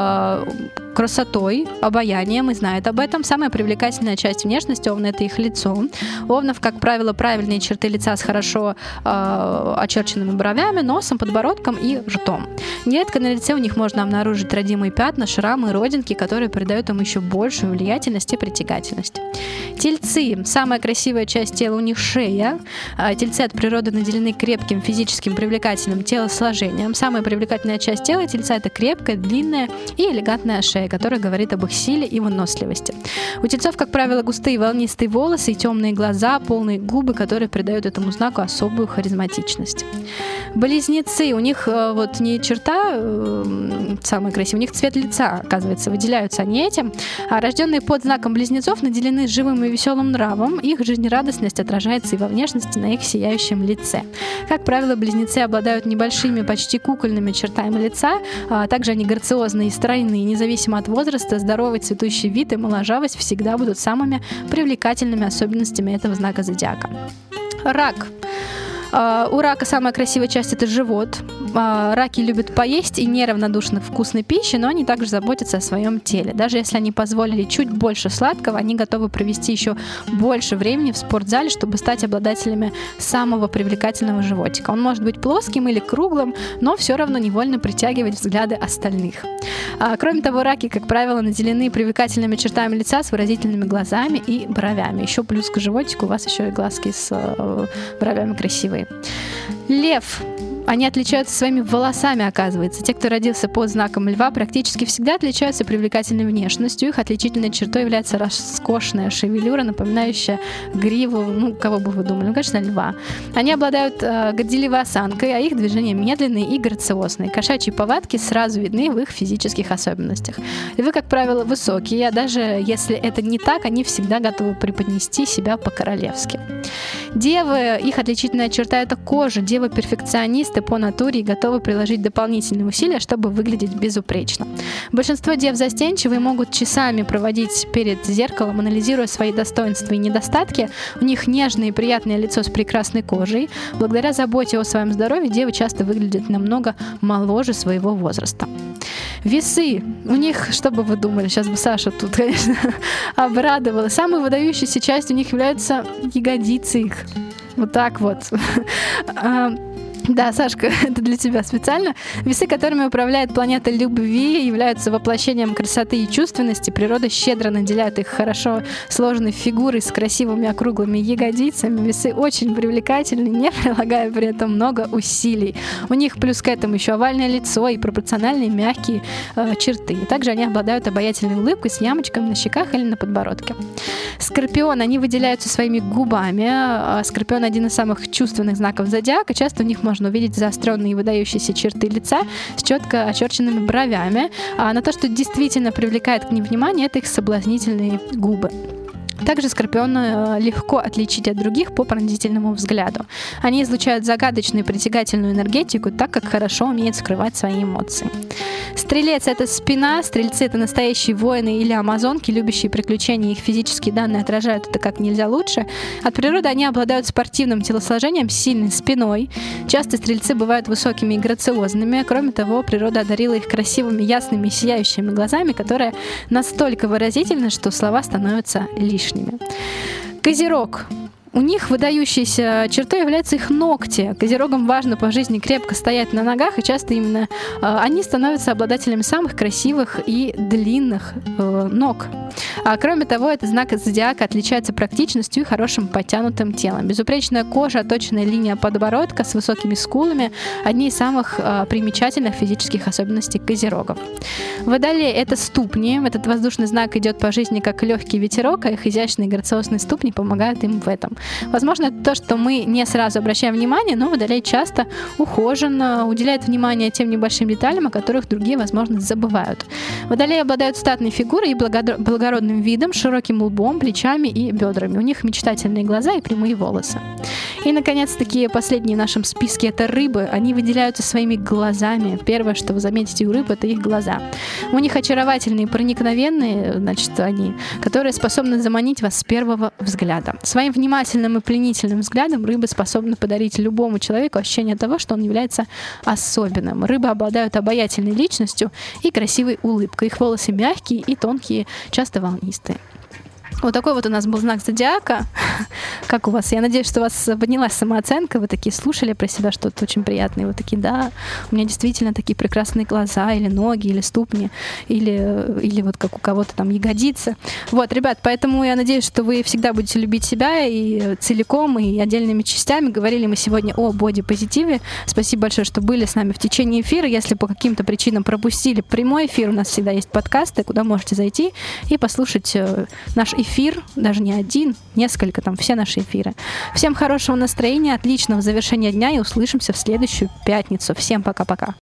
красотой, обаянием и знает об этом. Самая привлекательная часть внешности овна — это их лицо. Овнов, как правило, правильные черты лица с хорошо очерченными бровями, носом, подбородком и ртом. Нередко на лице у них можно обнаружить родимые пятна, шрамы и родинки, которые придают им еще большую влиятельность и притягательность. Тельцы. Самая красивая часть тела у них шея. Тельцы от природы наделены крепким физическим привлекательным телосложением. Самая привлекательная часть тела тельца — это крепкая, длинная и элегантная шея, которая говорит об их силе и выносливости. У тельцов, как правило, густые волнистые волосы и темные глаза, полные губы, которые придают этому знаку особую харизматичность. Близнецы. У них вот не черта самая красивая, у них цвет лица, оказывается, выделяются они этим. А рожденные под знаком близнецов наделены живым и веселым нравом. Их жизнерадостность отражается и во внешности, на их сияющем лице. Как правило, близнецы обладают небольшими, почти кукольными чертами лица. Также они грациозные и стройные, независимо от возраста. Здоровый цветущий вид и моложавость всегда будут самыми привлекательными особенностями этого знака зодиака. Рак. У рака самая красивая часть — это живот. Раки любят поесть и неравнодушны к вкусной пище, но они также заботятся о своем теле. Даже если они позволили чуть больше сладкого, они готовы провести еще больше времени в спортзале, чтобы стать обладателями самого привлекательного животика. Он может быть плоским или круглым, но все равно невольно притягивать взгляды остальных. Кроме того, раки, как правило, наделены привлекательными чертами лица с выразительными глазами и бровями. Еще плюс к животику у вас еще и глазки с бровями красивые. Лев. они отличаются своими волосами, оказывается. Те, кто родился под знаком льва, практически всегда отличаются привлекательной внешностью. Их отличительной чертой является роскошная шевелюра, напоминающая гриву, кого бы вы думали? Конечно, льва. Они обладают горделивой осанкой, а их движения медленные и грациозные. Кошачьи повадки сразу видны в их физических особенностях. Львы, как правило, высокие, а даже если это не так, они всегда готовы преподнести себя по-королевски. Девы, их отличительная черта — это кожа. Девы перфекционисты по натуре и готовы приложить дополнительные усилия, чтобы выглядеть безупречно. Большинство дев застенчивы и могут часами проводить перед зеркалом, анализируя свои достоинства и недостатки. У них нежное и приятное лицо с прекрасной кожей. Благодаря заботе о своем здоровье девы часто выглядят намного моложе своего возраста. Весы. У них, что бы вы думали, сейчас бы Саша тут, конечно, обрадовала. Самой выдающейся частью у них являются ягодицы их. Вот так вот. Да, Сашка, это для тебя специально. Весы, которыми управляет планета любви, являются воплощением красоты и чувственности. Природа щедро наделяет их хорошо сложенной фигурой с красивыми округлыми ягодицами. Весы очень привлекательны, не прилагая при этом много усилий. У них плюс к этому еще овальное лицо и пропорциональные мягкие черты. Также они обладают обаятельной улыбкой с ямочками на щеках или на подбородке. Скорпион, они выделяются своими губами. Скорпион — один из самых чувственных знаков зодиака. Часто у них можно увидеть заостренные и выдающиеся черты лица с четко очерченными бровями. А на то, что действительно привлекает к ним внимание, это их соблазнительные губы. Также скорпионы легко отличить от других по пронзительному взгляду. Они излучают загадочную и притягательную энергетику, так как хорошо умеют скрывать свои эмоции. Стрелец — это спина. Стрельцы — это настоящие воины или амазонки, любящие приключения. Их физические данные отражают это как нельзя лучше. От природы они обладают спортивным телосложением с сильной спиной. Часто стрельцы бывают высокими и грациозными. Кроме того, природа одарила их красивыми, ясными и сияющими глазами, которые настолько выразительны, что слова становятся лишними. Козерог. У них выдающейся чертой являются их ногти. Козерогам важно по жизни крепко стоять на ногах, и часто именно они становятся обладателями самых красивых и длинных ног. А кроме того, этот знак зодиака отличается практичностью и хорошим подтянутым телом. Безупречная кожа, оточенная линия подбородка с высокими скулами — одни из самых примечательных физических особенностей козерогов. Водолей — это ступни. Этот воздушный знак идет по жизни как легкий ветерок, а их изящные грациозные ступни помогают им в этом. Возможно, это то, что мы не сразу обращаем внимание, но Водолей часто ухожен, уделяет внимание тем небольшим деталям, о которых другие, возможно, забывают. Водолеи обладают статной фигурой и благородным видом, широким лбом, плечами и бедрами. У них мечтательные глаза и прямые волосы. И, наконец-таки, последние в нашем списке — это рыбы. Они выделяются своими глазами. Первое, что вы заметите у рыб, это их глаза. У них очаровательные, проникновенные, они, которые способны заманить вас с первого взгляда. Своим внимательным и пленительным взглядом рыбы способны подарить любому человеку ощущение того, что он является особенным. Рыбы обладают обаятельной личностью и красивой улыбкой. Их волосы мягкие и тонкие, часто волнистые. Вот такой вот у нас был знак зодиака. Как у вас? Я надеюсь, что у вас поднялась самооценка. Вы такие слушали про себя что-то очень приятное. Вы такие: да, у меня действительно такие прекрасные глаза, или ноги, или ступни, или вот как у кого-то там ягодицы. Вот, ребят, поэтому я надеюсь, что вы всегда будете любить себя и целиком, и отдельными частями. Говорили мы сегодня о бодипозитиве. Спасибо большое, что были с нами в течение эфира. Если по каким-то причинам пропустили прямой эфир, у нас всегда есть подкасты, куда можете зайти и послушать наш эфир, даже не один, несколько, там все наши эфиры. Всем хорошего настроения, отличного завершения дня и услышимся в следующую пятницу. Всем пока-пока.